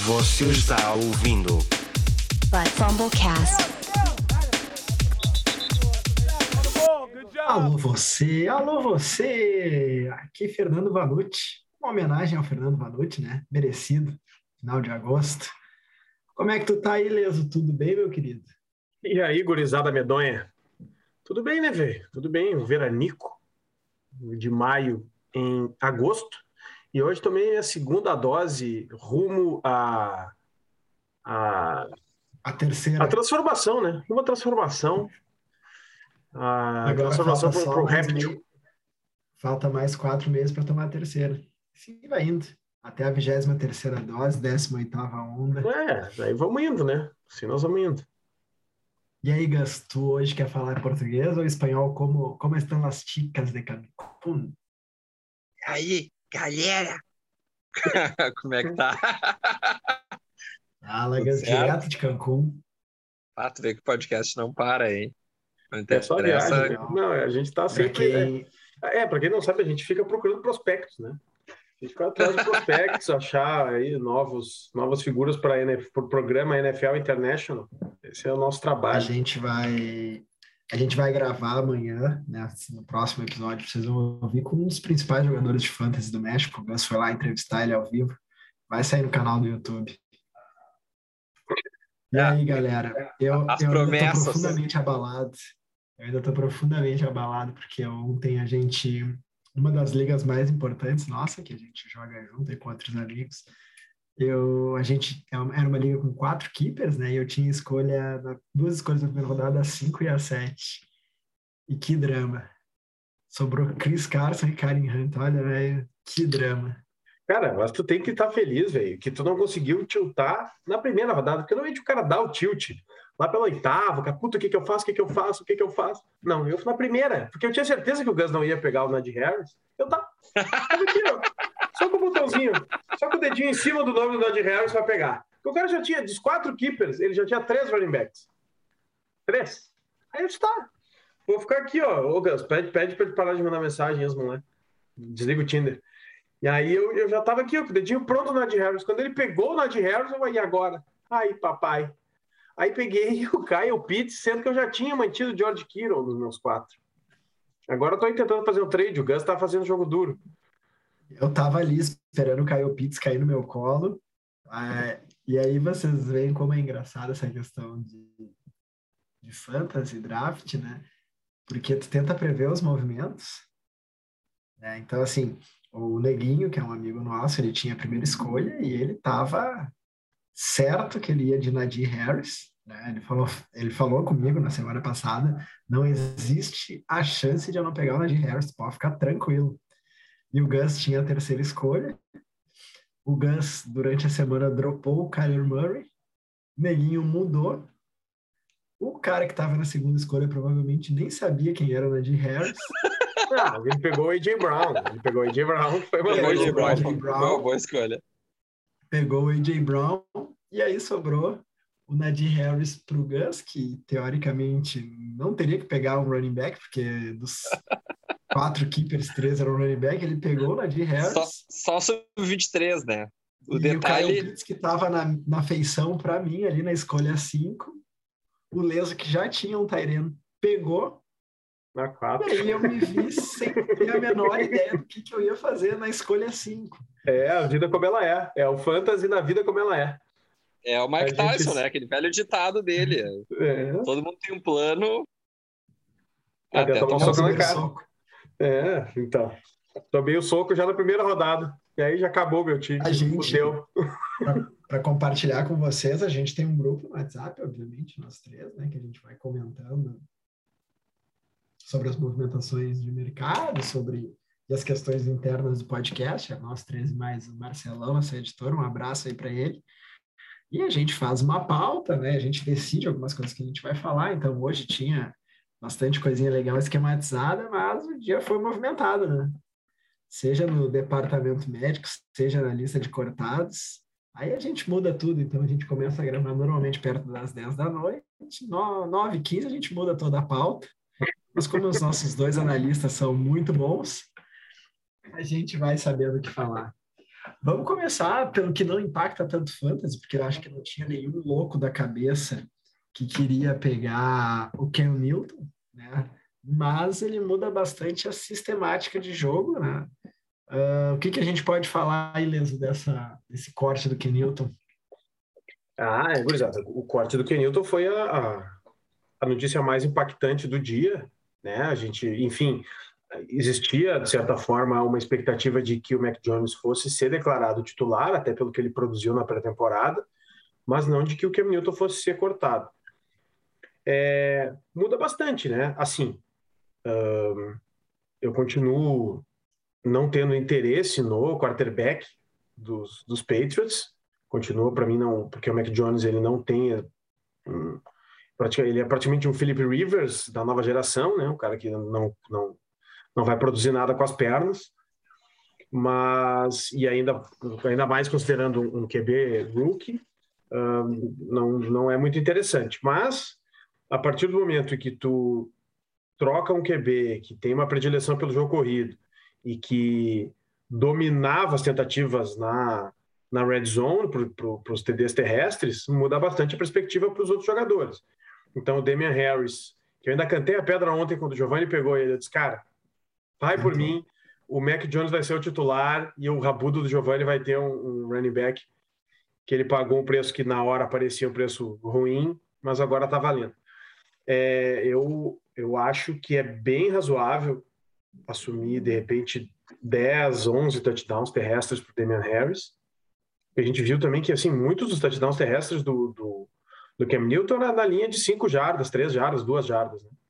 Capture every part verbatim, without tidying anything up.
Você está ouvindo But Fumblecast. Alô você, alô você! Aqui é Fernando Vanucci. Uma homenagem ao Fernando Vanucci, né? Merecido, final de agosto. Como é que tu tá aí, Leso? Tudo bem, meu querido? E aí, gurizada medonha? Tudo bem, né, velho? Tudo bem, o veranico de maio em agosto. E hoje tomei a segunda dose rumo a... a... A terceira. a transformação, né? Uma transformação. A Agora transformação falta para só o mais réptil. meio... Falta mais quatro meses para tomar a terceira. Sim, vai indo. Até a vigésima terceira dose, décima oitava onda. É, aí vamos indo, né? Assim nós vamos indo. E aí, Gus, tu hoje quer falar português ou espanhol? Como, como estão as chicas de Cancún? Aí, galera! Como é que tá? Fala, Tudo Gus, certo? direto de Cancún. Ah, tu vê que o podcast não para, hein? Não É só interessa. viagem. Né? Não, a gente tá Pra sempre... quem... É, para quem não sabe, a gente fica procurando prospectos, né? A gente fica atrás de prospectos, achar aí novos, novas figuras para o programa N F L International. Esse é o nosso A trabalho. gente vai, a gente vai gravar amanhã, né? No próximo episódio, vocês vão ouvir com um dos principais jogadores de fantasy do México. O Gus foi lá entrevistar ele ao vivo. Vai sair no canal do YouTube. E É. aí, galera? Eu, As eu ainda promessas. estou profundamente abalado. Eu ainda estou profundamente abalado, porque ontem a gente... Uma das ligas mais importantes, nossa, que a gente joga junto aí com outros amigos. Eu, a gente era uma liga com quatro keepers, né? E eu tinha escolha, duas escolhas na primeira rodada, a cinco e a sete. E que drama. Sobrou Chris Carson e Karen Hunt. Olha, velho, que drama. Cara, mas tu tem que estar feliz, velho, que tu não conseguiu tiltar na primeira rodada, porque normalmente o cara dá o tilt lá pela oitava, cara, puta, o que que eu faço, o que que eu faço, o que que eu faço? Não, eu fui na primeira, porque eu tinha certeza que o Gus não ia pegar o Najee Harris. Eu tava, tava aqui, ó, só com o botãozinho, só com o dedinho em cima do nome do Najee Harris pra pegar. Porque o cara já tinha, dos quatro keepers, ele já tinha três running backs. Três. Aí eu disse, tá, vou ficar aqui, ó, ô Gus, pede, pede pra ele parar de mandar mensagem mesmo, né? Desliga o Tinder. E aí eu, eu já tava aqui, ó, com o dedinho pronto no Najee Harris. Quando ele pegou o Najee Harris, eu falei, e agora? Aí, papai. Aí peguei o Kyle Pitts, sendo que eu já tinha mantido o George Kittle nos meus quatro. Agora eu tô tentando fazer o trade, o Gus tá fazendo jogo duro. Eu tava ali esperando o Kyle Pitts cair no meu colo. Ah, e aí vocês veem como é engraçado essa questão de, de fantasy, draft, né? Porque tu tenta prever os movimentos, né? Então, assim, o Neguinho, que é um amigo nosso, ele tinha a primeira escolha e ele tava certo que ele ia de Najee Harris, né? Ele falou, ele falou comigo na semana passada, não existe a chance de eu não pegar o Najee Harris, pode ficar tranquilo. E o Gus tinha a terceira escolha. O Gus, durante a semana, dropou o Kyler Murray. O Neguinho mudou. O cara que estava na segunda escolha provavelmente nem sabia quem era o Najee Harris. Ah, ele pegou o A J Brown. Ele pegou o A J Brown, foi uma Pegou o A J boa Brown, A J foi Brown. uma boa escolha. Pegou o A J Brown e aí sobrou o Najee Harris para o Gus, que teoricamente não teria que pegar um running back, porque dos quatro keepers, três eram running back, ele pegou o Najee Harris. Só, só sub vinte e três, né? O e detalhe... o Kyle Pitts, que estava na, na feição para mim, ali na escolha cinco. O Leso, que já tinha um Tyrene, pegou. Na quatro. E aí eu me vi sem ter a menor ideia do que, que eu ia fazer na escolha cinco. É, a vida como ela é. É o fantasy na vida como ela é. É o Mike A gente- Tyson, né? Aquele velho ditado dele. É, Todo mundo tem um plano Até até tomar um tomar soco o na Primeiro cara. soco. é, então. Tomei o soco já na primeira rodada. E aí já acabou meu time. A gente- Fudeu. Para compartilhar com vocês, a gente tem um grupo no WhatsApp, obviamente, nós três, né, que a gente vai comentando sobre as movimentações de mercado, sobre e as questões internas do podcast, é nós três mais o Marcelão, nosso editor, um abraço aí para ele. E a gente faz uma pauta, né, a gente decide algumas coisas que a gente vai falar, então hoje tinha bastante coisinha legal esquematizada, mas o dia foi movimentado, né? Seja no departamento médico, seja na lista de cortados. Aí a gente muda tudo, então a gente começa a gravar normalmente perto das dez da noite, nove e quinze a gente muda toda a pauta, mas como os nossos dois analistas são muito bons, a gente vai sabendo o que falar. Vamos começar pelo que não impacta tanto fantasy, porque eu acho que não tinha nenhum louco da cabeça que queria pegar o Cam Newton, né? Mas ele muda bastante a sistemática de jogo, né? Uh, o que, que a gente pode falar, Ileso, dessa, desse corte do Cam Newton? Ah, é, gurizada. O corte do Cam Newton foi a, a, a notícia mais impactante do dia, né? A gente, enfim, existia, de certa forma, uma expectativa de que o Mac Jones fosse ser declarado titular, até pelo que ele produziu na pré-temporada, mas não de que o Cam Newton fosse ser cortado. É, muda bastante, né? Assim, um, eu continuo não tendo interesse no quarterback dos, dos Patriots, continua para mim não, porque o Mac Jones ele não tem um, ele é praticamente um Philip Rivers da nova geração, né? Um cara que não, não, não vai produzir nada com as pernas, mas e ainda, ainda mais considerando um, um Q B rookie, um, não, não é muito interessante, mas a partir do momento em que tu troca um Q B que tem uma predileção pelo jogo corrido e que dominava as tentativas na, na red zone para os T Ds terrestres, muda bastante a perspectiva para os outros jogadores. Então o Damian Harris, que eu ainda cantei a pedra ontem quando o Giovanni pegou ele, eu disse, cara, vai por uhum. mim, o Mac Jones vai ser o titular e o rabudo do Giovanni vai ter um, um running back que ele pagou um preço que na hora parecia um preço ruim, mas agora está valendo. É, eu, eu acho que é bem razoável assumir, de repente, dez, onze touchdowns terrestres para o Damian Harris. A gente viu também que assim, muitos dos touchdowns terrestres do, do, do Cam Newton na, na linha de cinco jardas, três jardas, duas jardas. Né?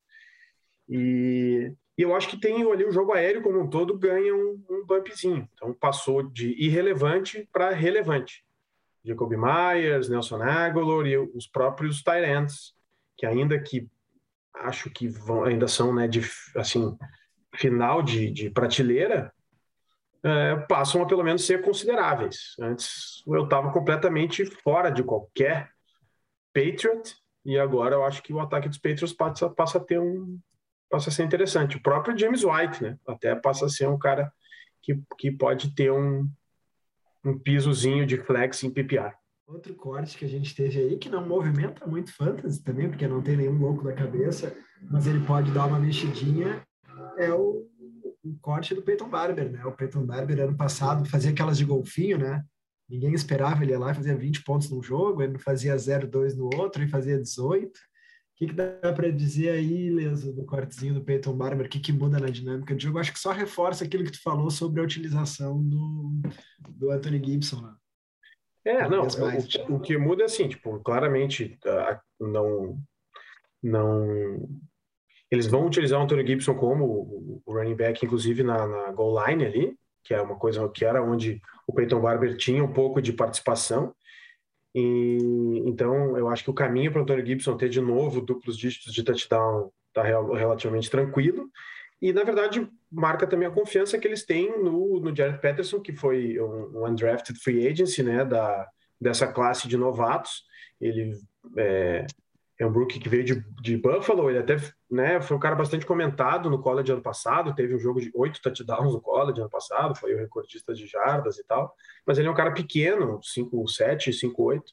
E, e eu acho que tem ali o jogo aéreo como um todo ganha um, um bumpzinho. Então passou de irrelevante para relevante. Jacoby Myers, Nelson Aguilar e os próprios tight ends, que ainda que acho que vão, ainda são né, de assim, final de, de prateleira, é, passam a pelo menos ser consideráveis. Antes eu estava completamente fora de qualquer Patriot e agora eu acho que o ataque dos Patriots passa, passa a ter um passa a ser interessante. O próprio James White, né, até passa a ser um cara que, que pode ter um, um pisozinho de flex em P P R. Outro corte que a gente teve aí, que não movimenta muito fantasy também, porque não tem nenhum louco da cabeça, mas ele pode dar uma mexidinha, é o, o corte do Peyton Barber, né? O Peyton Barber, ano passado, fazia aquelas de golfinho, né? Ninguém esperava, ele ia lá e fazia vinte pontos num jogo, ele fazia zero dois no outro, e fazia dezoito. O que, que dá para dizer aí, Leso, do cortezinho do Peyton Barber? O que, que muda na dinâmica de jogo? Acho que só reforça aquilo que tu falou sobre a utilização do, do Anthony Gibson, né? É, não, o, o que muda é assim, tipo, claramente não, não, eles vão utilizar o Anthony Gibson como o, o running back, inclusive na, na goal line ali, que é uma coisa que era onde o Peyton Barber tinha um pouco de participação, e então eu acho que o caminho para o Anthony Gibson ter de novo duplos dígitos de touchdown está relativamente tranquilo, e na verdade marca também a confiança que eles têm no, no Jared Patterson, que foi um, um undrafted free agency, né, da, dessa classe de novatos. Ele é, é um rookie que veio de, de Buffalo, ele até né, foi um cara bastante comentado no college ano passado, teve um jogo de oito touchdowns no college ano passado, foi o recordista de jardas e tal, mas ele é um cara pequeno, cinco sete, cinco oito,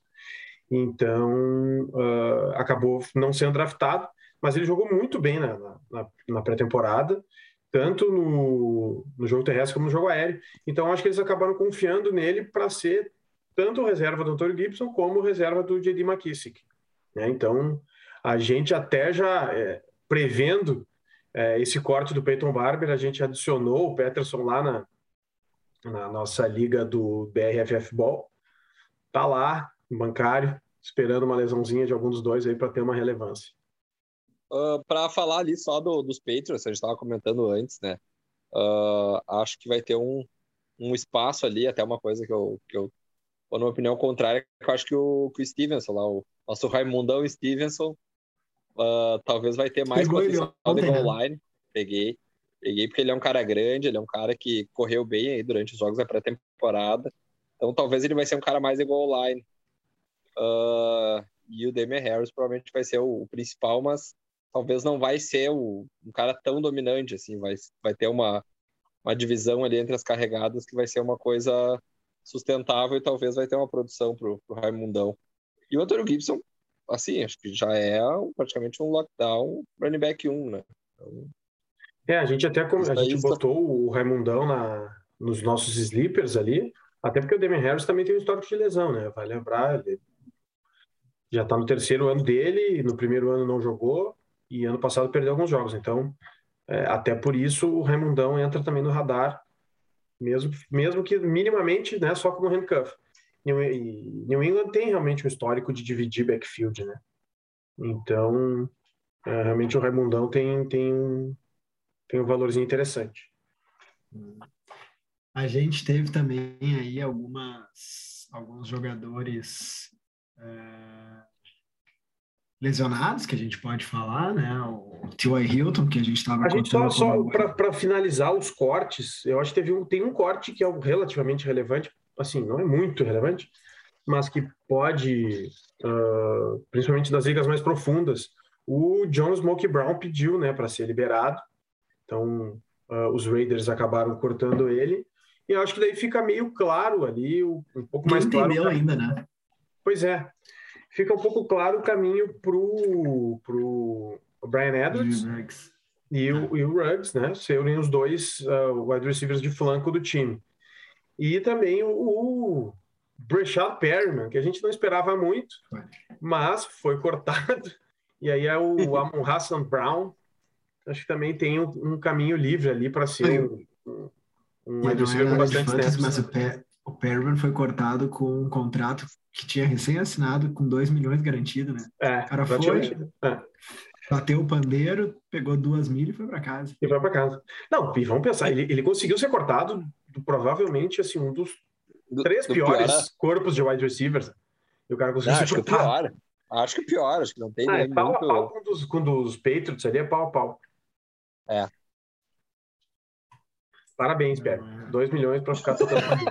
então uh, acabou não sendo draftado, mas ele jogou muito bem na, na, na pré-temporada, tanto no, no jogo terrestre como no jogo aéreo. Então, acho que eles acabaram confiando nele para ser tanto reserva do Antonio Gibson como reserva do J D McKissic. Né? Então, a gente até já, é, prevendo é, esse corte do Peyton Barber, a gente adicionou o Patterson lá na, na nossa liga do B R F F Ball. Tá lá, bancário, esperando uma lesãozinha de algum dos dois aí para ter uma relevância. Uh, para falar ali só do, dos Patriots, a gente estava comentando antes, né? Uh, acho que vai ter um, um espaço ali, até uma coisa que eu, que eu ou numa opinião contrária, que eu acho que o, que o Stevenson, lá, o nosso Raimundão Stevenson, uh, talvez vai ter mais potencial de goal line. Peguei, peguei porque ele é um cara grande, ele é um cara que correu bem aí durante os jogos da pré-temporada, então talvez ele vai ser um cara mais de goal line. Uh, e o Damian Harris provavelmente vai ser o, o principal, mas talvez não vai ser o, um cara tão dominante, assim, vai, vai ter uma, uma divisão ali entre as carregadas que vai ser uma coisa sustentável e talvez vai ter uma produção pro, pro Raimundão. E o Antônio Gibson, assim, acho que já é um, praticamente um lockdown running back um, né? Então, É, a gente até a gente isso... botou o Raimundão na, nos nossos sleepers ali, até porque o Damien Harris também tem um histórico de lesão, né? Vai lembrar, ele já está no terceiro ano dele, no primeiro ano não jogou, e ano passado perdeu alguns jogos. Então, é, até por isso, o Raimundão entra também no radar, mesmo, mesmo que minimamente, né, só como handcuff. New, e New England tem realmente um histórico de dividir backfield, né? Então, é, realmente o Raimundão tem, tem, um, tem um valorzinho interessante. A gente teve também aí algumas, alguns jogadores é, lesionados, que a gente pode falar, né? O T Y. Hilton, que a gente estava... A gente só, só para finalizar os cortes, eu acho que teve um, tem um corte que é relativamente relevante, assim, não é muito relevante, mas que pode, uh, principalmente das ligas mais profundas, o John Smokey Brown pediu, né, para ser liberado, então uh, os Raiders acabaram cortando ele, e eu acho que daí fica meio claro ali, um pouco mais claro... Não entendeu ainda, né? Pois é, fica um pouco claro o caminho pro, pro Brian Edwards e o, e o Ruggs, né, serem os dois uh, wide receivers de flanco do time. E também o, o Breshad Perriman, que a gente não esperava muito, mas foi cortado. E aí é o Amon-Ra Saint Brown, acho que também tem um, um caminho livre ali para ser um, um, um wide receiver com bastante snaps. Mas o, Pe- o Perriman foi cortado com um contrato que tinha recém-assinado com dois milhões garantido, né? É, o cara foi, é. bateu o pandeiro, pegou duas mil e foi para casa. E foi para casa. Não, e vamos pensar, ele, ele conseguiu ser cortado do, provavelmente assim, um dos do, três do piores pior, corpos de wide receivers. E o cara conseguiu não, ser acho cortado. Que pior. Acho que pior, acho que não tem ah, nem é pau muito... a pau com dos, com dos Patriots ali, é pau a pau. É. Parabéns, Pedro. Dois milhões para ficar tocando família.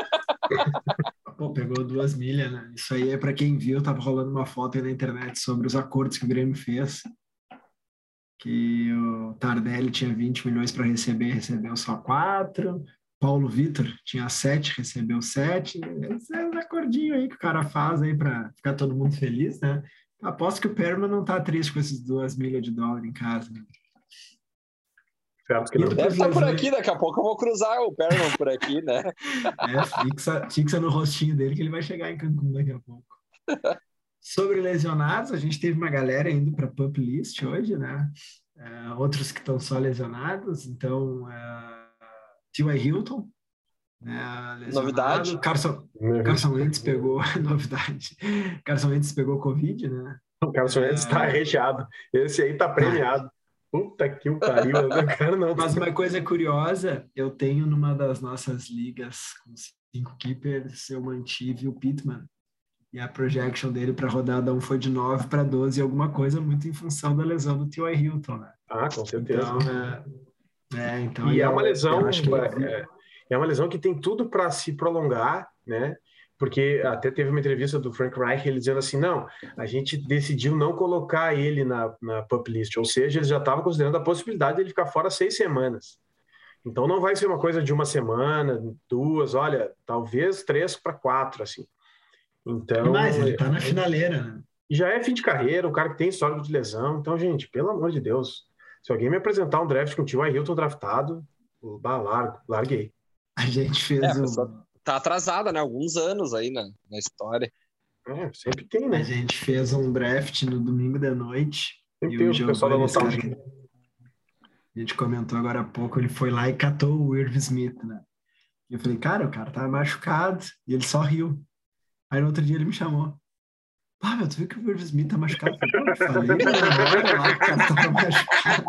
Pô, pegou duas milhas, né? Isso aí é para quem viu, tava rolando uma foto aí na internet sobre os acordos que o Grêmio fez. Que o Tardelli tinha vinte milhões para receber, recebeu só quatro. Paulo Vitor tinha sete, recebeu sete. Esse é um acordinho aí que o cara faz aí para ficar todo mundo feliz, né? Aposto que o Perman não tá triste com esses duas milhas de dólar em casa, né? Que não. Deve estar por aqui, daqui a pouco eu vou cruzar o Perman por aqui, né? É, fixa, fixa no rostinho dele que ele vai chegar em Cancún daqui a pouco. Sobre lesionados, a gente teve uma galera indo para Pup List hoje, né? Uh, outros que estão só lesionados, então uh, T Y. Hilton, né, novidade. Carson, Carson Wentz pegou novidade. Carson Wentz pegou Covid, né? O Carson Wentz está uh, recheado. Esse aí tá premiado. Puta que o pariu, o cara não. Mas uma coisa curiosa, eu tenho numa das nossas ligas com cinco keepers, eu mantive o Pittman. E a projection dele para a rodada um foi de nove para doze, alguma coisa muito em função da lesão do T Y. Hilton, né? Ah, com certeza. Então, é, é, então, e é uma lesão, que... é, é uma lesão que tem tudo para se prolongar, né? Porque até teve uma entrevista do Frank Reich, ele dizendo assim, não, a gente decidiu não colocar ele na, na Pup List, ou seja, eles já estavam considerando a possibilidade de ele ficar fora seis semanas. Então não vai ser uma coisa de uma semana, duas, olha, talvez três para quatro, assim. Então, mas ele tá na finaleira, né? Já é fim de carreira, o cara que tem histórico de lesão. Então, gente, pelo amor de Deus, se alguém me apresentar um draft com o T Y. Hilton draftado, bah, largo, larguei. A gente fez é, um... Tá atrasada, né? Alguns anos aí na, na história. É, sempre tem, né? A gente fez um draft no domingo da noite. Sempre tem o pessoal da nostalgia. A gente comentou agora há pouco, ele foi lá e catou o Irv Smith, né? E eu falei, cara, o cara tá machucado. E ele só riu. Aí no outro dia ele me chamou. Ah, meu, tu viu que o Irv Smith tá machucado? Eu falei, falei olha lá, o cara tá machucado.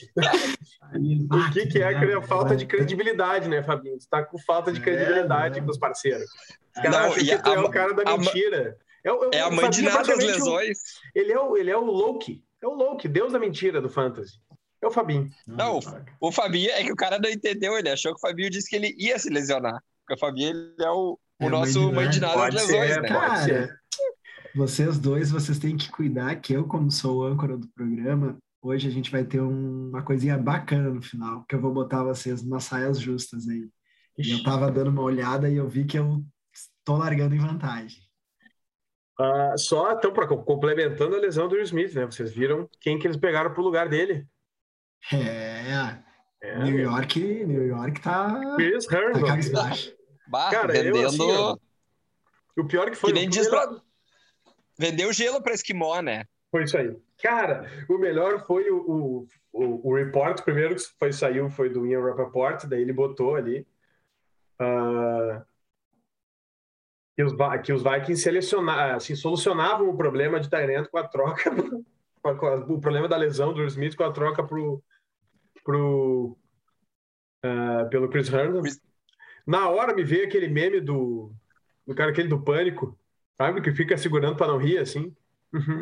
Aí, o que, que é aquela falta de credibilidade, né, Fabinho? Tu tá com falta de credibilidade é, com os parceiros. Os caras acham que tu é o cara da mentira. É, o, é a mãe de nada das lesões. O, ele, é o, ele é o Loki. É o Loki, Deus da mentira do Fantasy. É o Fabinho. Não, o, o Fabinho é que o cara não entendeu. Ele achou que o Fabinho disse que ele ia se lesionar. Porque o Fabinho ele é o, o é nosso mãe de nada das lesões, ser, né? Cara, pode ser. Vocês dois, vocês têm que cuidar que eu, como sou o âncora do programa, hoje a gente vai ter um, uma coisinha bacana no final, que eu vou botar vocês umas saias justas aí. E eu tava dando uma olhada e eu vi que eu tô largando em vantagem. Ah, só, então, pra, complementando a lesão do Will Smith, né? Vocês viram quem que eles pegaram pro lugar dele? É, É, New meu. York, New York tá, Chris tá Herndon. cabisbaixo. Bah, Cara, eu vendendo. assim, ó, o pior que foi... Que nem o diz melhor- pra. Vendeu gelo pra Esquimó, né? Foi isso aí. Cara, o melhor foi o, o, o, o report, primeiro que foi, saiu foi do Ian Rappaport, daí ele botou ali ah, que, os, Va- que os Vikings selecionavam, assim, solucionavam o problema de Tyrant com a troca, com a- com a- o problema da lesão do Will Smith com a troca pro, pro, ah, pelo Chris Herndon. Chris- Na hora me veio aquele meme do, do cara aquele do Pânico, sabe? Que fica segurando para não rir, assim. Uhum.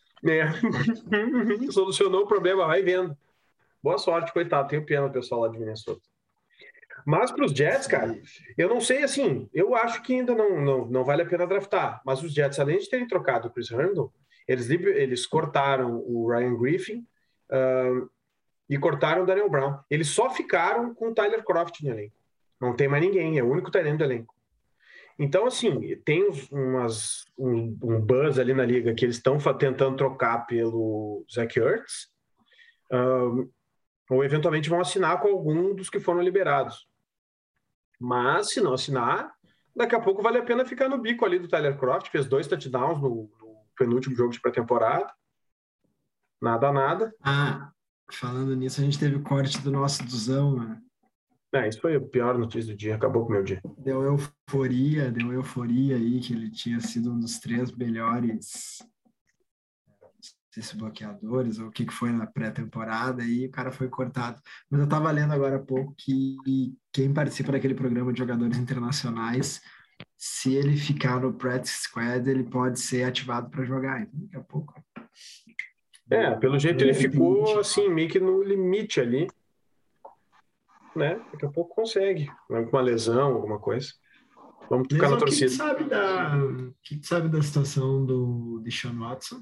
É. Solucionou o problema, vai vendo. Boa sorte, coitado. Tenho pena do pessoal lá de Minnesota. Mas para os Jets, cara, eu não sei, assim, eu acho que ainda não, não, não vale a pena draftar. Mas os Jets, além de terem trocado o Chris Herndon, eles, eles cortaram o Ryan Griffin uh, e cortaram o Daniel Brown. Eles só ficaram com o Tyler Croft no elenco. Não tem mais ninguém, é o único talento do elenco. Então, assim, tem umas, um, um buzz ali na liga que eles estão tentando trocar pelo Zach Ertz, um, ou eventualmente vão assinar com algum dos que foram liberados. Mas, se não assinar, daqui a pouco vale a pena ficar no bico ali do Tyler Croft, fez dois touchdowns no, no penúltimo jogo de pré-temporada. Nada, nada. Ah, falando nisso, a gente teve o corte do nosso Duzão, né? É, isso foi a pior notícia do dia, acabou com o meu dia. Deu euforia, deu euforia aí, que ele tinha sido um dos três melhores esses bloqueadores, ou o que, que foi na pré-temporada, e o cara foi cortado. Mas eu estava lendo agora há pouco que quem participa daquele programa de jogadores internacionais, se ele ficar no practice squad, ele pode ser ativado para jogar. Então, daqui a pouco. É, pelo jeito ele ficou assim, meio que no limite ali, né? Daqui a pouco consegue, com uma lesão, alguma coisa. Vamos ficar na torcida. O que tu sabe da, o que tu sabe da situação do Deshaun Watson?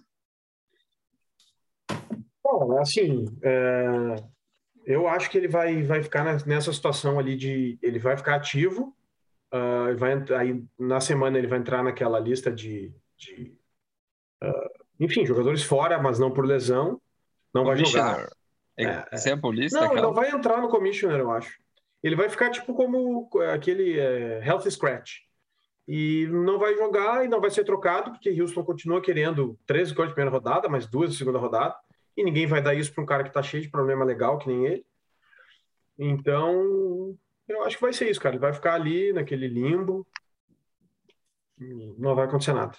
Bom, assim, é, eu acho que ele vai, vai ficar nessa situação ali de... Ele vai ficar ativo, uh, vai, aí na semana ele vai entrar naquela lista de... de uh, enfim, jogadores fora, mas não por lesão. Não vai jogar. É, é. Sample list, não, aquela... ele não vai entrar no commissioner, eu acho. Ele vai ficar tipo como aquele é, health scratch. E não vai jogar e não vai ser trocado, porque Houston continua querendo treze escolhas de primeira rodada, mais duas de segunda rodada. E ninguém vai dar isso para um cara que tá cheio de problema legal, que nem ele. Então, eu acho que vai ser isso, cara. Ele vai ficar ali naquele limbo. Não vai acontecer nada.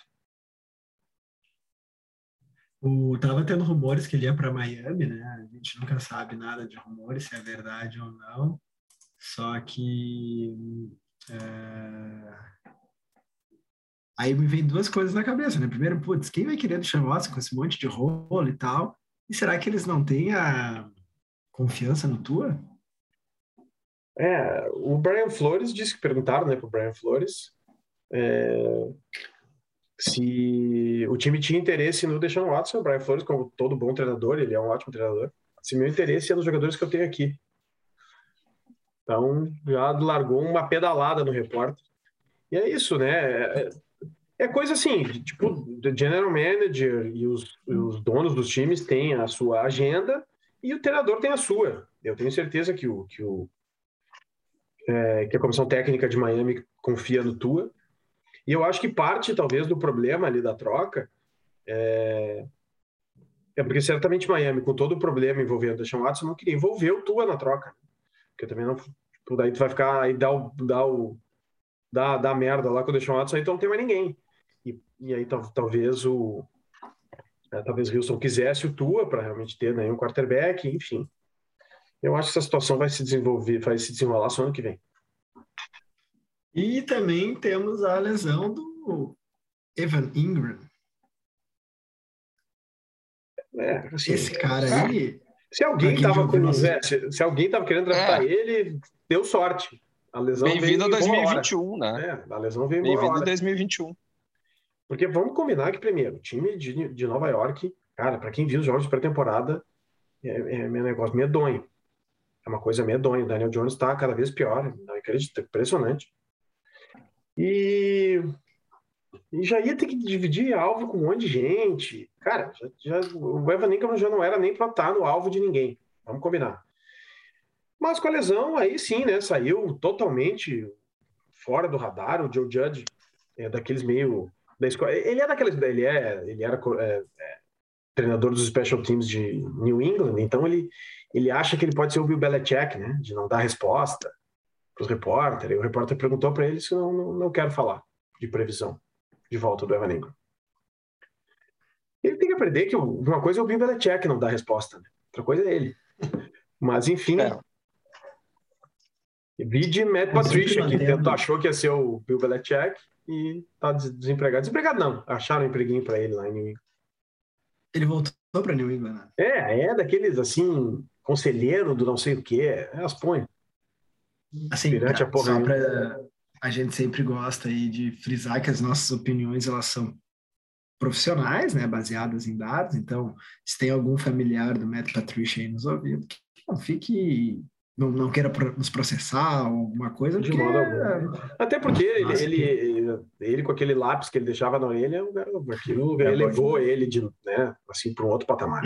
O, tava tendo rumores que ele ia para Miami, né? A gente nunca sabe nada de rumores, se é verdade ou não. Só que... É... Aí me vem duas coisas na cabeça, né? Primeiro, putz, quem vai querer Deshaun Watson com esse monte de rolo e tal? E será que eles não têm a confiança no Tua? É, o Brian Flores disse que perguntaram, né, pro Brian Flores é, se o time tinha interesse no Deshaun Watson. O Brian Flores, como todo bom treinador, ele é um ótimo treinador. Se meu interesse é nos jogadores que eu tenho aqui. Então, já largou uma pedalada no repórter. E é isso, né? É, é coisa assim, tipo, o general manager e os, os donos dos times têm a sua agenda e o treinador tem a sua. Eu tenho certeza que, o, que, o, é, que a comissão técnica de Miami confia no Tua. E eu acho que parte, talvez, do problema ali da troca é, é porque certamente Miami, com todo o problema envolvendo o Deshaun Watson, não queria envolver o Tua na troca. Porque também não... Daí tu vai ficar aí, dá o... Dá o dá, dá merda lá com o Deshaun Watson, então não tem mais ninguém. E, e aí talvez o é, talvez o Houston quisesse o Tua para realmente ter, né, um quarterback, enfim. Eu acho que essa situação vai se desenvolver, vai se desenrolar só ano que vem. E também temos a lesão do Evan Ingram. É, assim, Esse cara aí... Se alguém tava com, nosso... é, se, se alguém tava querendo draftar é. ele, deu sorte. A lesão Bem-vindo a dois mil e vinte e um, né? É, a lesão veio Bem-vindo a dois mil e vinte e um. Porque vamos combinar que, primeiro, o time de, de Nova York, cara, para quem viu os jogos de pré-temporada, é, é meu negócio medonho. É uma coisa medonha. O Daniel Jones está cada vez pior. Não acredito, impressionante. E, e já ia ter que dividir alvo com um monte de gente. Cara, já, já, o Evan Ingram já não era nem para estar no alvo de ninguém. Vamos combinar. Mas com a lesão, aí sim, né? Saiu totalmente fora do radar. O Joe Judge é daqueles meio... Da escola. Ele é daqueles... Ele, é, ele era é, é, treinador dos special teams de New England, então ele, ele acha que ele pode ser o Bill Belichick, né? De não dar resposta para os repórteres. E o repórter perguntou para ele se não, não, não quero falar de previsão de volta do Evan Ingram. Ele tem que aprender que uma coisa é o Bill Belichick não dar resposta, né? Outra coisa é ele. Mas, enfim... É. Vi de Matt Patricia, que tentou, achou que ia ser o Bill Belichick e tá desempregado. Desempregado não, acharam um empreguinho para ele lá em New England. Ele voltou para New England, né? É, é daqueles, assim, conselheiro do não sei o quê. Elas põem. Assim, cara, a porra só pra... A gente sempre gosta aí de frisar que as nossas opiniões, elas são profissionais, né? Baseadas em dados. Então, se tem algum familiar do Matt Patricia aí nos ouvindo, que não fique... Não, não queira nos processar ou alguma coisa. De porque... modo algum. Até porque Nossa, ele, ele, ele, com aquele lápis que ele deixava na orelha, aquilo é elevou ele de, né, assim, para um outro patamar.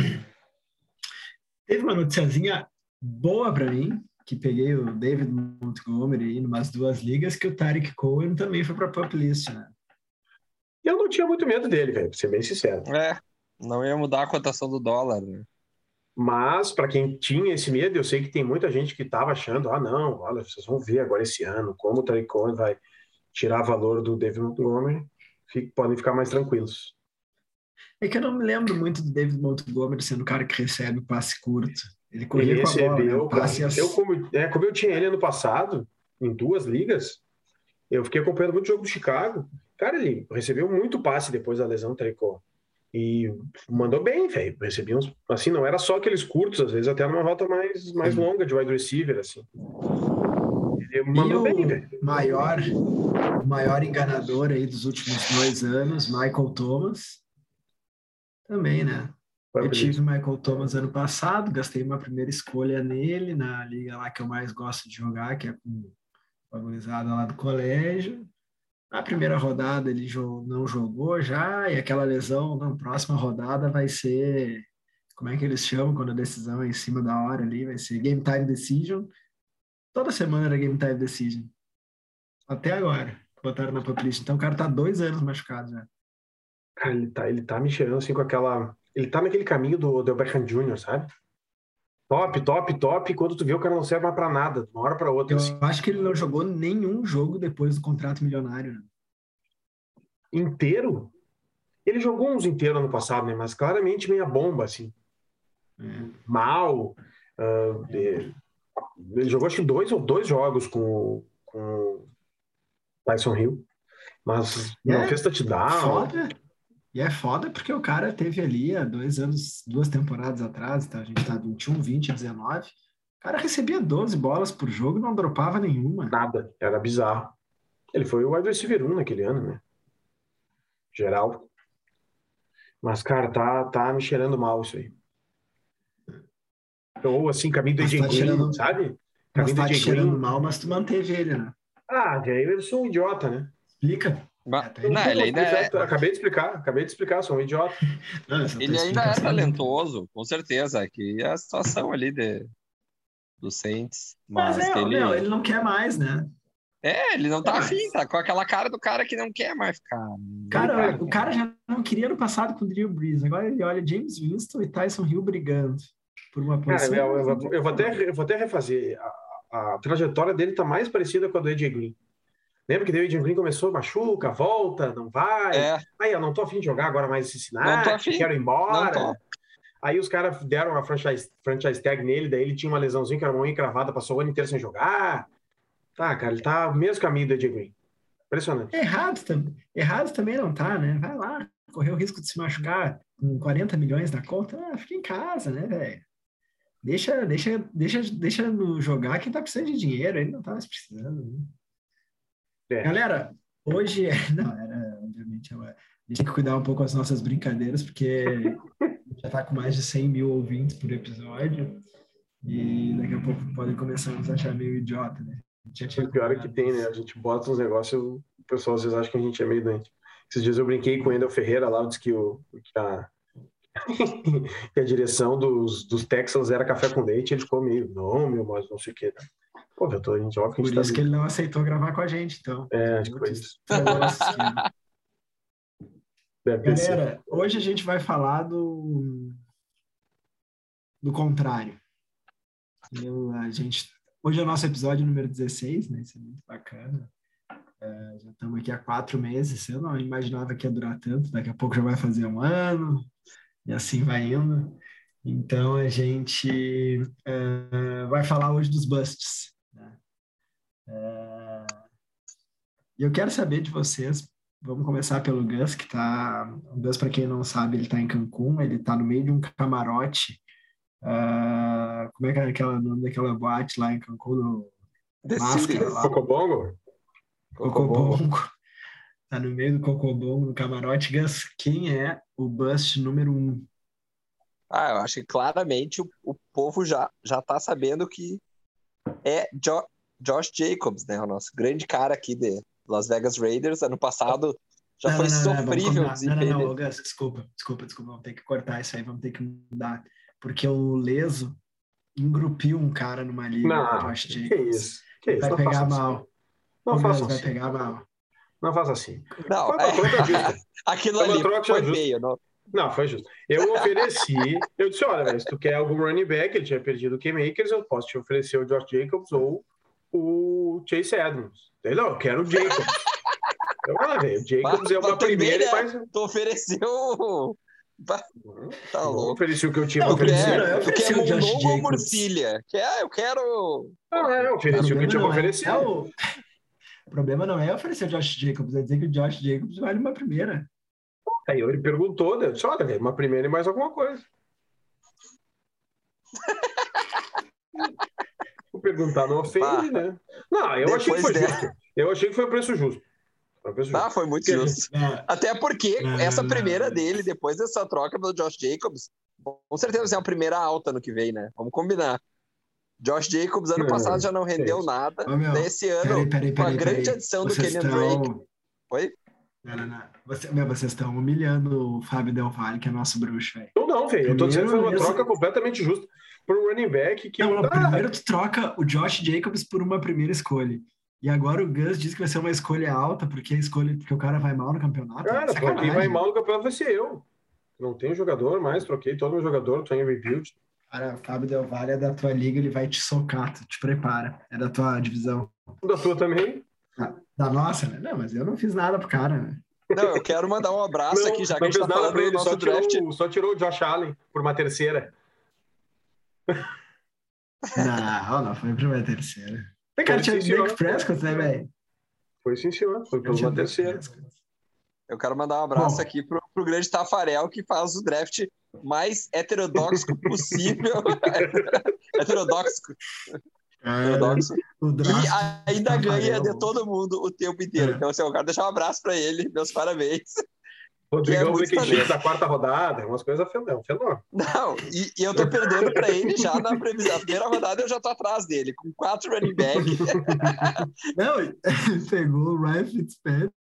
Teve uma noticiazinha boa para mim, que peguei o David Montgomery aí em umas duas ligas, que o Tariq Cohen também foi para a Pup List, né? Eu não tinha muito medo dele, velho, para ser bem sincero. É, não ia mudar a cotação do dólar, né? Mas, para quem tinha esse medo, eu sei que tem muita gente que estava achando, ah, não, olha, vocês vão ver agora esse ano como o Tariq Cohen vai tirar valor do David Montgomery, fique, podem ficar mais tranquilos. É que eu não me lembro muito do David Montgomery sendo o cara que recebe o passe curto. Ele corria ele com recebeu, a bola, né? Passe eu, como, é, como eu tinha ele ano passado, em duas ligas, eu fiquei acompanhando muito o jogo do Chicago. Cara, ele recebeu muito passe depois da lesão do Tariq Cohen. E mandou bem, velho. Recebia uns. Assim, não era só aqueles curtos, às vezes até numa rota mais, mais longa de wide receiver, assim. Ele mandou e bem, velho. Maior, o maior enganador aí dos últimos dois anos, Michael Thomas. Também, né? Foi eu tive o Michael Thomas ano passado, gastei uma primeira escolha nele, na liga lá que eu mais gosto de jogar, que é com a gurizada lá do colégio. Na primeira rodada ele não jogou já, e aquela lesão na próxima rodada vai ser, como é que eles chamam quando a decisão é em cima da hora ali, vai ser Game Time Decision. Toda semana era Game Time Decision. Até agora, botaram na Pup List. Então o cara tá dois anos machucado já. Cara, ele tá, ele tá me cheirando assim com aquela... Ele tá naquele caminho do, do Beckham Júnior, sabe? Top, top, top, e quando tu vê o cara não serve mais pra nada, de uma hora pra outra. Eu assim. acho que ele não jogou nenhum jogo depois do contrato milionário, né? Inteiro? Ele jogou uns inteiros ano passado, né? Mas claramente meia bomba, assim. É. Mal. Uh, ele, ele jogou acho que dois ou dois jogos com o Tyson Hill, mas e não é fez touchdown. Foda. E é foda porque o cara teve ali há dois anos, duas temporadas atrás, tá? A gente tá vinte e um, vinte, dezenove. O cara recebia doze bolas por jogo e não dropava nenhuma. Nada, era bizarro. Ele foi o wide receiver um naquele ano, né? Geral. Mas, cara, tá, tá me cheirando mal isso aí. Ou assim, caminho do A J tá Green, cheirando, sabe? Caminho do tá A J cheirando Green. mal, mas tu manteve ele, né? Ah, velho, eu sou um idiota, né? Explica. Mas, É, não, ele ainda é... Acabei de explicar, acabei de explicar, sou um idiota. Não, ele ainda é talentoso, com certeza. Que é a situação ali de, do Saints. Mas, mas é, ele... Não, ele não quer mais, né? É, ele não tá mas... afim, tá com aquela cara do cara que não quer mais ficar. Cara, o cara já não queria no passado com o Drew Brees. Agora ele olha James Winston e Tyson Hill brigando por uma posição. Cara, eu, eu, eu, eu, vou, até, eu vou até refazer. A, a trajetória dele tá mais parecida com a do A J Green. Lembra que o A J Green começou, machuca, volta, não vai. É. Aí eu não tô afim de jogar agora mais esse Não tô afim. quero ir embora. Não tô. Aí os caras deram uma franchise, franchise tag nele, daí ele tinha uma lesãozinha que era uma unha encravada, passou o ano inteiro sem jogar. Tá, cara, ele tá no mesmo caminho do A J Green. Impressionante. Errado, tam... Errado também não tá, né? Vai lá, correr o risco de se machucar com quarenta milhões na conta, ah, fica em casa, né, velho? Deixa, deixa, deixa, deixa no jogar quem tá precisando de dinheiro, ele não tá mais precisando. Né? É. Galera, hoje, não, era, obviamente, a gente tem que cuidar um pouco das nossas brincadeiras, porque já tá com mais de cem mil ouvintes por episódio. E daqui a pouco podem começar a nos achar meio idiota, né? Já tinha O pior é que tem, né? A gente bota uns negócios, o pessoal às vezes acha que a gente é meio doente. Esses dias eu brinquei com o Wendel Ferreira lá, disse que, o, que, a, que a direção dos, dos Texans era café com leite, ele ficou meio, não, meu, mas não sei o que. Pô, eu tô, a gente, óbvio que a Por gente isso tá que ele não aceitou gravar com a gente, então. É, acho que foi isso. Deve ter sido. Galera, hoje a gente vai falar do, do contrário. Eu, a gente, hoje é o nosso episódio número dezesseis, né? Isso é muito bacana. É, já estamos aqui há quatro meses. Eu não imaginava que ia durar tanto. Daqui a pouco já vai fazer um ano. E assim vai indo. Então a gente é, vai falar hoje dos busts. Né? É, e eu quero saber de vocês. Vamos começar pelo Gus, que está... O Gus, para quem não sabe, ele está em Cancún. Ele está no meio de um camarote. Uh, como é que é aquela, o nome daquela boate lá em Cancún? No... Máscara lá. Cocobongo? Cocobongo. Tá no meio do Cocobongo, no camarote. Gus, quem é o bust número um? Ah, eu acho que claramente o, o povo já, já tá sabendo que é jo, Josh Jacobs, né? O nosso grande cara aqui de Las Vegas Raiders. Ano passado já não, foi não, não, sofrível o desempenho. Não, não, não, Gus, desculpa, desculpa, desculpa. Vamos ter que cortar isso aí, vamos ter que mudar. Porque o Leso engrupiu um cara numa liga. Não, Josh que Jacobs. isso? Que isso? Vai não pegar faça mal. Assim. Não o faça vai assim. pegar mal. Não faça assim. Não, foi uma troca justa. Aquilo foi uma ali troca foi justa. feio. Não... não, foi justo. Eu ofereci, eu disse, olha, velho, se tu quer algum running back, ele tinha perdido o K-Makers, eu posso te oferecer o Josh Jacobs ou o Chase Edmonds. Ele, não, eu quero o Jacobs. Eu, ah, velho, o Jacobs é uma primeira e mais... Tu ofereceu... Tá louco. Eu ofereci o que eu tinha não, pra oferecer. Primeiro, eu tu quer o Josh Mondongo ou Jacobs. Murcilha? Quer? Eu quero... Não, é, eu ofereci o, o que eu tinha pra oferecer. É o... o problema não é oferecer o Josh Jacobs, é dizer que o Josh Jacobs vale uma primeira. Aí ele perguntou, né? Só, olha, velho, uma primeira e mais alguma coisa. Vou perguntar, não ofende, ah, né? Não, eu achei que foi dela. justo. Eu achei que foi o preço justo. Foi, preço ah, justo. foi muito porque justo. Não, Até porque não, essa não, primeira não. dele, depois dessa troca pelo Josh Jacobs, com certeza é uma primeira alta no que vem, né? Vamos combinar. Josh Jacobs, ano não, passado, já não rendeu é nada. Ô, meu, Nesse ano, peraí, peraí, com a peraí, grande peraí. adição do Vocês Kenyan estão... Drake. Oi? Não, não, não. Você, meu, vocês estão humilhando o Fábio Del Valle, que é nosso bruxo, velho. Não, não, velho. Eu tô dizendo que foi uma mesmo... troca completamente justa por um running back que... Não, não, ah, primeiro tu troca o Josh Jacobs por uma primeira escolha. E agora o Gus diz que vai ser uma escolha alta, porque a escolha, porque o cara vai mal no campeonato. Cara, é quem vai mal no campeonato vai ser eu. Não tenho jogador mais, troquei todo meu jogador, tô em rebuild. Cara, o Fábio Del Valle é da tua liga, ele vai te socar, tu te prepara. É da tua divisão. Da tua também? Da, da nossa, né? Não, mas eu não fiz nada pro cara, né? Não, eu quero mandar um abraço não, aqui, já que não a gente tá nada falando pra ele, do nosso só tirou, draft. só tirou o Josh Allen por uma terceira. Não, não, foi por uma terceira. O cara tinha o Dak Prescott, né, velho? Foi sim, senhor. Foi por uma terceira. Eu quero mandar um abraço Bom. aqui pro, pro grande Tafarel, que faz o draft mais heterodoxo possível. heterodoxo. Heterodoxo. E ainda ganha de todo mundo o tempo inteiro. É. Então, assim, eu quero deixar um abraço para ele. Meus parabéns. Rodrigão Blankenship da quarta rodada, umas coisas fenômeno. Não, e, e eu tô perdendo para ele já na previsão. A primeira rodada eu já tô atrás dele, com quatro running back. Não, pegou o Ryan Fitzpatrick.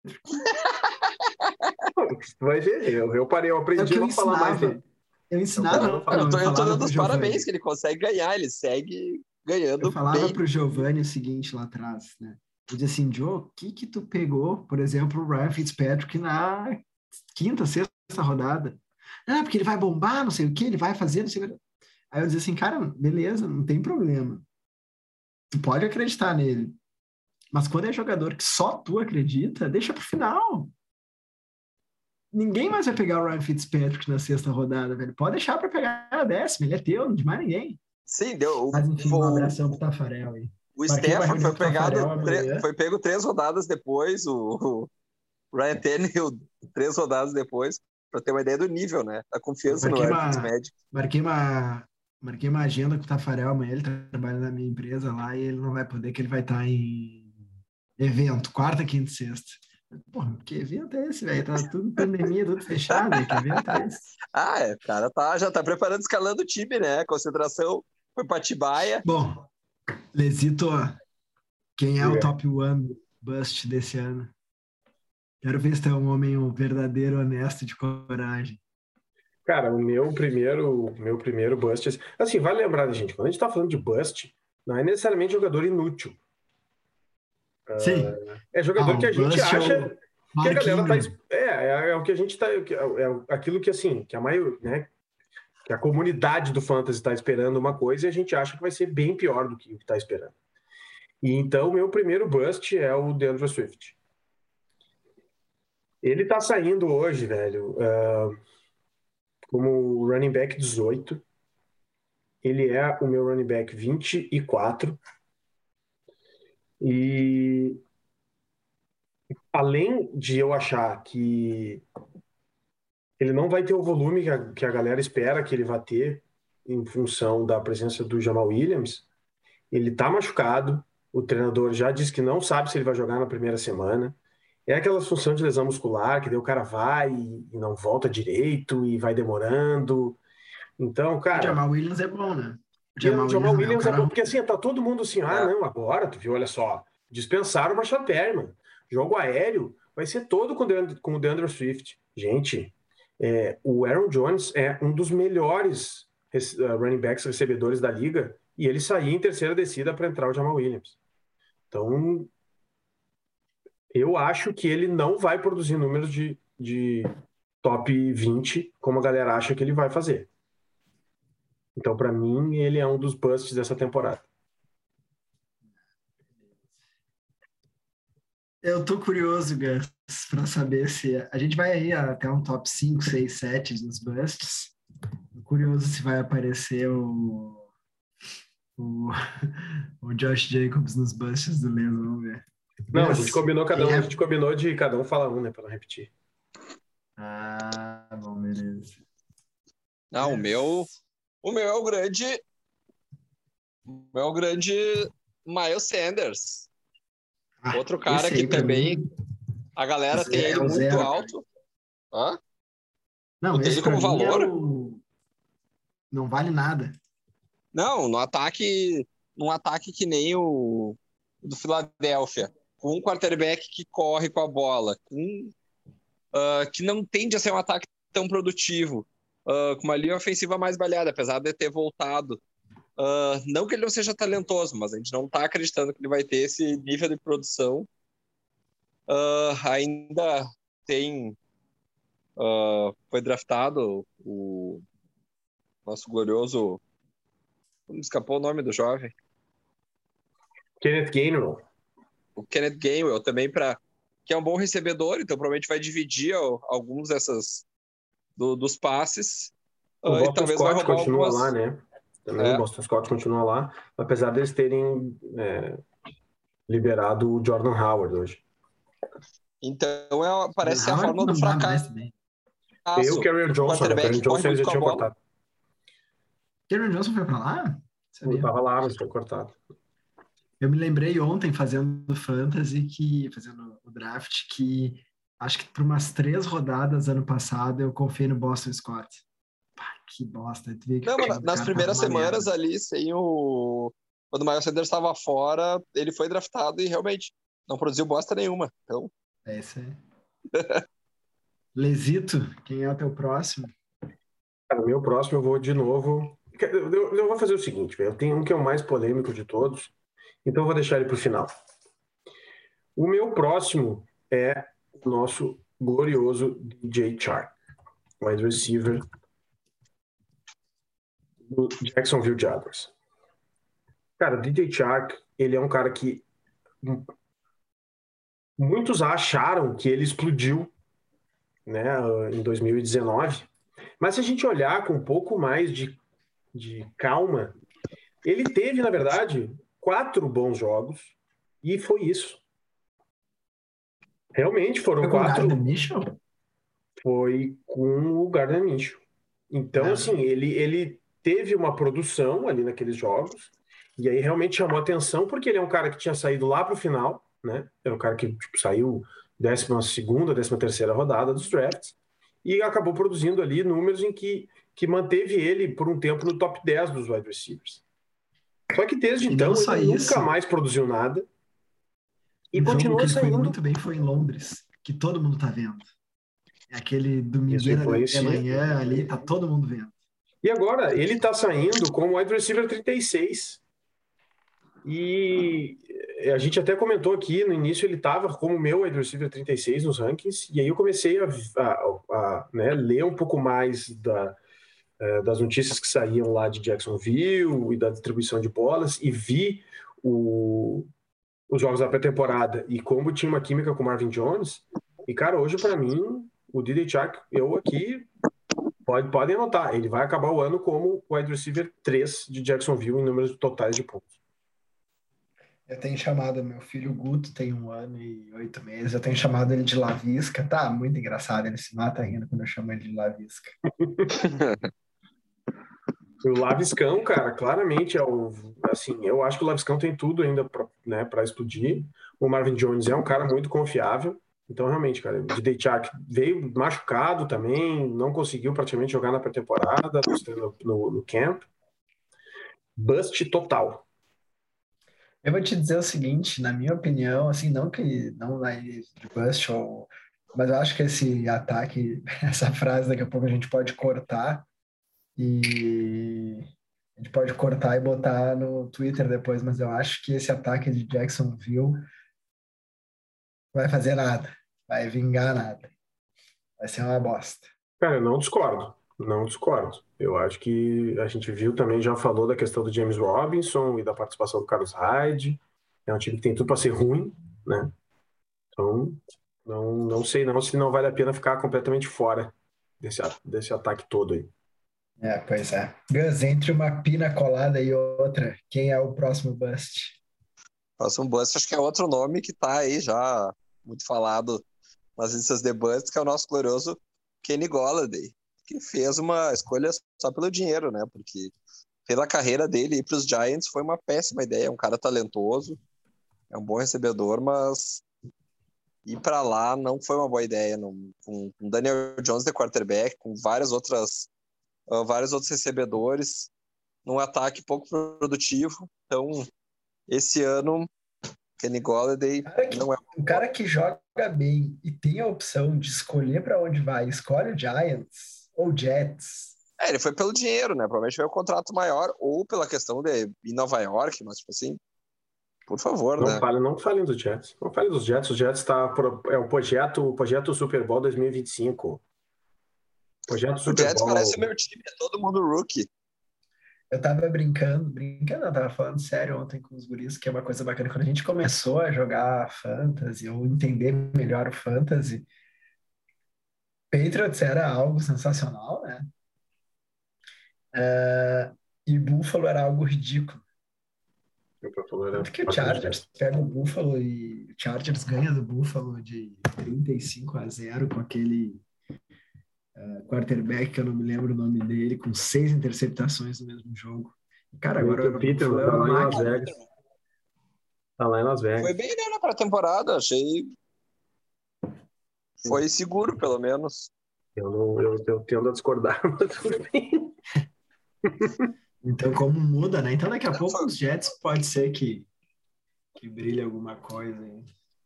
Vai ver, eu, eu parei, eu aprendi a não falar mais dele. Eu ensinava. Eu, eu, eu, tô, eu tô dando os parabéns que ele consegue ganhar, ele segue ganhando. Eu falava bem. pro Giovanni o seguinte lá atrás, né? Eu dizia assim, Joe, o que que tu pegou, por exemplo, o Ryan Fitzpatrick na quinta, sexta rodada? Ah, porque ele vai bombar, não sei o que, ele vai fazer, não sei o que. Aí eu dizia assim, cara, beleza, não tem problema. Tu pode acreditar nele. Mas quando é jogador que só tu acredita, deixa pro final. Ninguém mais vai pegar o Ryan Fitzpatrick na sexta rodada, velho. Pode deixar para pegar na décima, ele é teu, não de mais ninguém. Sim, deu. Mas enfim, foi... um abração pro Tafarel aí. O Stefan foi pegado, tre... foi pego três rodadas depois, o, o Ryan Tannehill três rodadas depois, para ter uma ideia do nível, né? A confiança no Ryan Fitzpatrick. Marquei uma, marquei uma agenda com o Tafarel amanhã, ele trabalha na minha empresa lá e ele não vai poder, que ele vai estar em evento, quarta, quinta e sexta. Porra, que evento é esse, velho? Tá tudo pandemia, tudo fechado, véio. Que evento é esse? Ah, é, o cara tá, já tá preparando, escalando o time, né? Concentração foi pra Atibaia. Bom, Lesito, quem é o Diga. top one bust desse ano? Quero ver se tu é um homem um verdadeiro, honesto, de coragem. Cara, o meu primeiro, meu primeiro bust... Assim, vale lembrar, né, gente? Quando a gente tá falando de bust, não é necessariamente jogador inútil. Sim. É jogador Ah, que a o gente bust é o acha... Que a Mark galera tá... Ingram. É, é, é o que a gente tá... É, é aquilo que, assim, que a maioria... Né, que a comunidade do Fantasy está esperando uma coisa e a gente acha que vai ser bem pior do que o que está esperando. E então, o meu primeiro bust é o DeAndre Swift. Ele tá saindo hoje, velho, uh, como running back dezoito. Ele é o meu running back vinte e quatro. E além de eu achar que ele não vai ter o volume que a, que a galera espera que ele vai ter em função da presença do Jamal Williams, ele tá machucado, o treinador já disse que não sabe se ele vai jogar na primeira semana. É aquela função de lesão muscular, que daí o cara vai e não volta direito e vai demorando. Então, cara... O Jamal Williams é bom, né? O Jamal, o Jamal Williams é, é um bom, porque assim, tá todo mundo assim, ah, É. não, agora, tu viu, olha só, dispensaram o Rashad Perriman. Jogo aéreo vai ser todo com, Deandre, com o DeAndre Swift. Gente, é, o Aaron Jones é um dos melhores uh, running backs recebedores da liga e ele saía em terceira descida para entrar o Jamal Williams. Então, eu acho que ele não vai produzir números de, de top vinte como a galera acha que ele vai fazer. Então, para mim, ele é um dos busts dessa temporada. Eu tô curioso, Gus, para saber se... A gente vai aí até um top cinco, seis, sete dos busts. Tô curioso se vai aparecer o... O, o Josh Jacobs nos busts do Leno, vamos ver. Não, a gente combinou cada um, é... a gente combinou de cada um falar um, né, para não repetir. Ah, bom, beleza. Não, o meu, o meu é o grande, o meu é o grande Miles Sanders. Ah, Outro cara esse aí, que pra também mim, a galera esse tem é ele o muito zero, alto. Hã? Não, Tu tem esse ele como pra mim valor? é o... Não vale nada. Não, no ataque, num ataque que nem o do Philadelphia, com um quarterback que corre com a bola, com, uh, que não tende a ser um ataque tão produtivo, uh, com uma linha ofensiva mais balhada, apesar de ter voltado. Uh, não que ele não seja talentoso, mas a gente não está acreditando que ele vai ter esse nível de produção. Uh, ainda tem... Uh, foi draftado o nosso glorioso... Como escapou o nome do jovem? Kenneth Gainwell. O Kenneth Gainwell também, pra, que é um bom recebedor, então provavelmente vai dividir ó, alguns dessas do, dos passes. O uh, Boston e talvez vai Scott roubar continua algumas... lá, né? Também É. o Boston Scott continua lá, apesar deles terem é, liberado o Jordan Howard hoje. Então é, parece ser a Howard fórmula do não dá mais fracasso. também. E o Kerryon Johnson, né? O Kerryon Johnson eles já tinham cortado. Kerryon Johnson foi pra lá? Ele estava lá, mas foi cortado. Eu me lembrei ontem, fazendo fantasy, que fazendo o draft, que acho que por umas três rodadas ano passado eu confiei no Boston Scott. Pá, que bosta. Que Não, mas nas primeiras semanas merda. ali, sem o... Quando o Miles Sanders estava fora, ele foi draftado e realmente não produziu bosta nenhuma. Então... É isso aí. Lesito, quem é o teu próximo? Cara, o meu próximo eu vou de novo... Eu, eu, eu vou fazer o seguinte, eu tenho um que é o mais polêmico de todos, então eu vou deixar ele para o final. O meu próximo é o nosso glorioso D J Chark, wide receiver do Jacksonville Jaguars. Cara, o D J Chark, ele é um cara que muitos acharam que ele explodiu, né, em dois mil e dezenove, mas se a gente olhar com um pouco mais de, de calma, ele teve, na verdade, quatro bons jogos e foi isso. Realmente foram Foi quatro. Com o Gardner Minshew? Foi com o Gardner Minshew. Então, Não. assim, ele, ele teve uma produção ali naqueles jogos e aí realmente chamou atenção porque ele é um cara que tinha saído lá para o final, né? Era um cara que tipo, saiu décima segunda, décima terceira rodada dos drafts e acabou produzindo ali números em que, que manteve ele por um tempo no top dez dos wide receivers. Só que desde E então não só ele isso. nunca mais produziu nada. E O jogo continua que ele foi saindo. muito bem foi em Londres, que todo mundo tá vendo. É aquele Isso domingueira de influencia. manhã ali, tá todo mundo vendo. E agora, ele tá saindo como wide receiver trinta e seis. E a gente até comentou aqui, no início ele estava como meu wide receiver trinta e seis nos rankings, e aí eu comecei a, a, a né, ler um pouco mais da, é, das notícias que saíam lá de Jacksonville e da distribuição de bolas, e vi o, os jogos da pré-temporada e como tinha uma química com o Marvin Jones. E, cara, hoje para mim, o D J Chark, eu aqui, pode, podem anotar, ele vai acabar o ano como wide receiver três de Jacksonville em números totais de pontos. Eu tenho chamado meu filho Guto, tem um ano e oito meses, eu tenho chamado ele de Lavisca. Tá muito engraçado, ele se mata rindo quando eu chamo ele de Lavisca. O Laviscão, cara, claramente é o. Assim, eu acho que o Laviscão tem tudo ainda para, né, para explodir. O Marvin Jones é um cara muito confiável. Então, realmente, cara, o D J Chark veio machucado também, não conseguiu praticamente jogar na pré-temporada, no, no, no camp. Bust total. Eu vou te dizer o seguinte, na minha opinião, assim, não que não vai de bust, ou, mas eu acho que esse ataque, essa frase daqui a pouco a gente pode cortar e a gente pode cortar e botar no Twitter depois, mas eu acho que esse ataque de Jacksonville vai fazer nada, vai vingar nada, vai ser uma bosta. Cara, eu não discordo, não discordo. Eu acho que a gente viu também, já falou da questão do James Robinson e da participação do Carlos Hyde. É um time que tem tudo para ser ruim, né? Então, não, não sei não se não vale a pena ficar completamente fora desse, desse ataque todo aí. É, pois é. Gus, entre uma pina colada e outra, quem é o próximo bust? Próximo Bust, acho que é outro nome que tá aí já muito falado nas listas de Bust, que é o nosso glorioso Kenny Golladay, que fez uma escolha só pelo dinheiro, né? Porque pela carreira dele ir para os Giants foi uma péssima ideia. É um cara talentoso, é um bom recebedor, mas ir para lá não foi uma boa ideia. Não, com o Daniel Jones de quarterback, com várias outras, uh, vários outros recebedores, num ataque pouco produtivo. Então, esse ano, Kenny Golladay Cara que, não é o cara que joga bem e tem a opção de escolher para onde vai, escolhe o Giants ou Jets. É, ele foi pelo dinheiro, né? Provavelmente foi o contrato maior, ou pela questão de ir em Nova York, mas, tipo assim, por favor, Não né? falem, não falem dos Jets. Não falem dos Jets. Os Jets tá pro, é o projeto, o projeto Super Bowl dois mil e vinte e cinco. Projeto O Super Jets Bowl. parece o meu time, é todo mundo rookie. Eu tava brincando, brincando, eu tava falando sério ontem com os guris, que é uma coisa bacana. Quando a gente começou a jogar Fantasy, ou entender melhor o Fantasy, Patriots era algo sensacional, né? Uh, e Buffalo era algo ridículo. Tanto que o Chargers pega o Buffalo e o Chargers ganha do Buffalo de trinta e cinco a zero com aquele uh, quarterback, que eu não me lembro o nome dele, com seis interceptações no mesmo jogo. Cara, agora o Peter tá lá em Las Vegas. Tá lá em Las Vegas. Foi bem, né, na pré-temporada, achei. Foi seguro, pelo menos. Eu, não, eu, eu tendo a discordar, mas tudo bem. Então, como muda, né? Então, daqui a pouco os Jets pode ser que, que brilhe alguma coisa. Hein?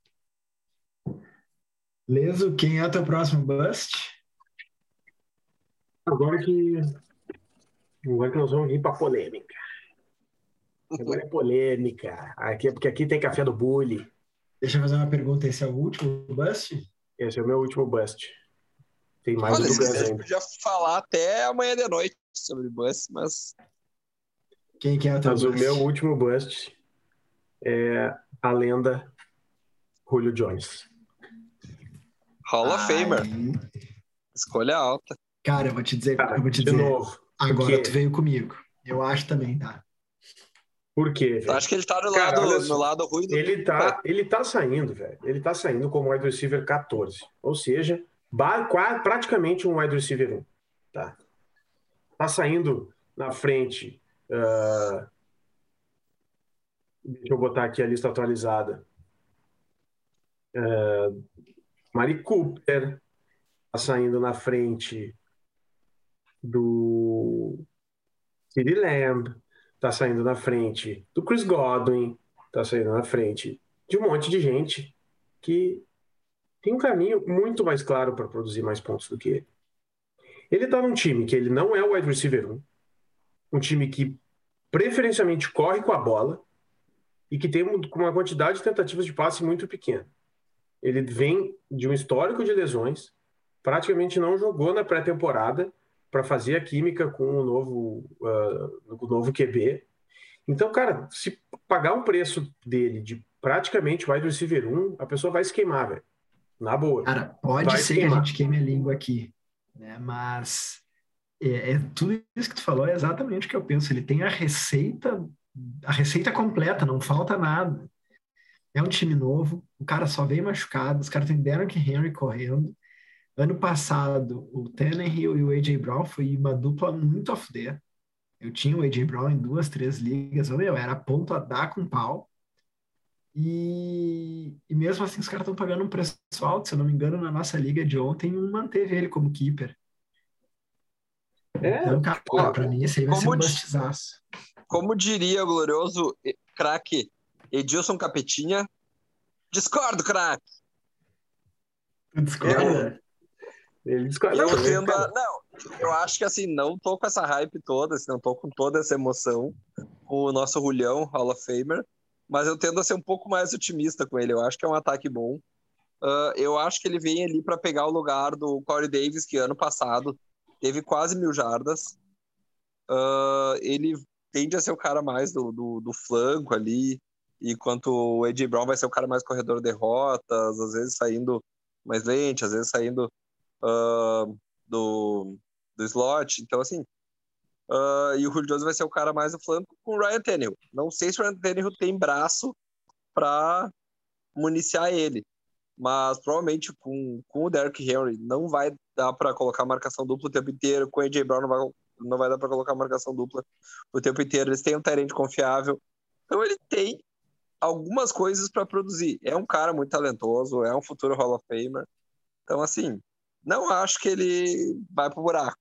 Leso, quem é o teu próximo bust? Agora que, agora que nós vamos vir para polêmica. Agora é polêmica. Aqui, porque aqui tem café do bully. Deixa eu fazer uma pergunta. Esse é o último bust? Esse é o meu último bust. Tem mais Olha, do que a gente podia falar até amanhã de noite sobre bust, mas... Quem que é o teu Mas bust? o meu último bust é a lenda Julio Jones. Hall of Ai. Famer. Escolha alta. Cara, eu vou te dizer, Cara, eu vou te de dizer. novo. Agora porque... tu veio comigo. Eu acho também, tá? Por quê, velho? Acho que ele tá no, Cara, lado, no lado ruim do... Ele tá, ele tá saindo, velho. Ele tá saindo como wide receiver catorze. Ou seja, praticamente um wide receiver um. Tá? Tá saindo na frente. Uh... Deixa eu botar aqui a lista atualizada. Uh... Mari Cooper. Tá saindo na frente do CeeDee Lamb. tá saindo na frente do Chris Godwin, tá saindo na frente de um monte de gente que tem um caminho muito mais claro para produzir mais pontos do que ele. Ele tá num time que ele não é o wide receiver um, um time que preferencialmente corre com a bola e que tem uma quantidade de tentativas de passe muito pequena. Ele vem de um histórico de lesões, praticamente não jogou na pré-temporada para fazer a química com o novo, uh, o novo Q B. Então, cara, se pagar um preço dele de praticamente wide receiver um, a pessoa vai se queimar, velho. Na boa. Cara, pode vai ser que a gente queime a língua aqui, né? Mas é, é tudo isso que tu falou é exatamente o que eu penso. Ele tem a receita, a receita completa, não falta nada. É um time novo, o cara só veio machucado, os caras têm Derrick Henry correndo. Ano passado, o Tannehill e o A J Brown foi uma dupla muito off there. Eu tinha o A J Brown em duas, três ligas, meu, era ponto a dar com pau. E, e mesmo assim os caras estão pagando um preço alto, se eu não me engano, na nossa liga de ontem, um manteve ele como keeper. É, então, cara, ó, pra mim esse aí vai ser um como di- bustizaço. Como diria o glorioso eh, craque Edilson Capetinha, discordo, craque. Tu discorda? Ele discorda. Eu Não, tendo cara, a... Não, eu acho que assim, não tô com essa hype toda, assim, não tô com toda essa emoção com o nosso Julião, Hall of Famer, mas eu tendo a ser um pouco mais otimista com ele. Eu acho que é um ataque bom. Uh, eu acho que ele vem ali para pegar o lugar do Corey Davis, que ano passado teve quase mil jardas. Uh, ele tende a ser o cara mais do, do, do flanco ali, enquanto o A J Brown vai ser o cara mais corredor de rotas, às vezes saindo mais lente, às vezes saindo uh, do, do slot. Então, assim, uh, e o Julio Jones vai ser o cara mais do flanco com o Ryan Tannehill. Não sei se o Ryan Tannehill tem braço para municiar ele, mas provavelmente com, com o Derrick Henry não vai dar para colocar marcação dupla o tempo inteiro, com o A J Brown não vai, não vai dar para colocar marcação dupla o tempo inteiro. Eles têm um terreno confiável, então ele tem algumas coisas para produzir. É um cara muito talentoso, é um futuro Hall of Famer, então assim, não acho que ele vai pro buraco,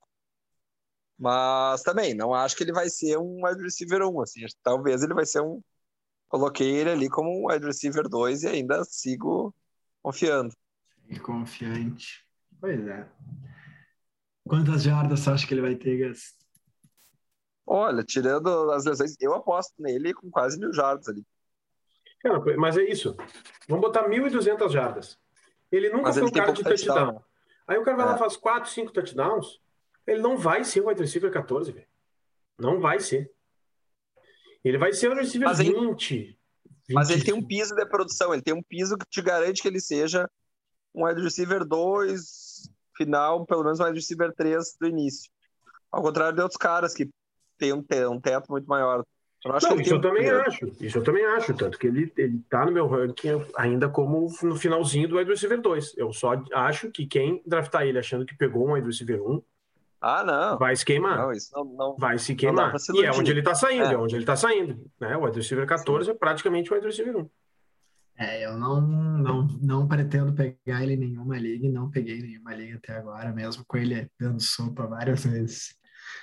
mas também não acho que ele vai ser um wide receiver um, assim, talvez ele vai ser um, coloquei ele ali como um wide receiver dois e ainda sigo confiando. E confiante. Pois é. Quantas jardas você acha que ele vai ter, Gus? Olha, tirando as lesões, eu aposto nele com quase mil jardas ali. cara, mas é isso. Vamos botar mil e duzentas jardas. Ele nunca Mas foi ele um tem cara de pouco touchdown. touchdown. Aí o cara vai lá É. e faz quatro, cinco touchdowns. Ele não vai ser o wide receiver catorze, velho. Não vai ser. Ele vai ser o wide receiver Mas ele- vinte. Mas ele vinte. tem um piso de produção, ele tem um piso que te garante que ele seja um wide receiver dois, final, pelo menos um wide receiver três do início. Ao contrário de outros caras que têm um, te- um teto muito maior. Eu não acho Não, que ele isso tem eu um- também acho. Isso eu também acho. Tanto que ele, ele tá no meu ranking ainda como no finalzinho do wide receiver dois. Eu só acho que quem draftar ele achando que pegou um wide receiver um Ah, não. vai se queimar. Não, isso não, não, Vai se não dá queimar. pra se E é iludir. onde ele tá saindo, é, É. onde ele tá saindo. Né? O wide receiver catorze é praticamente o wide receiver um. É, eu não, não, não pretendo pegar ele em nenhuma liga e não peguei em nenhuma liga até agora, mesmo com ele dando sopa várias vezes.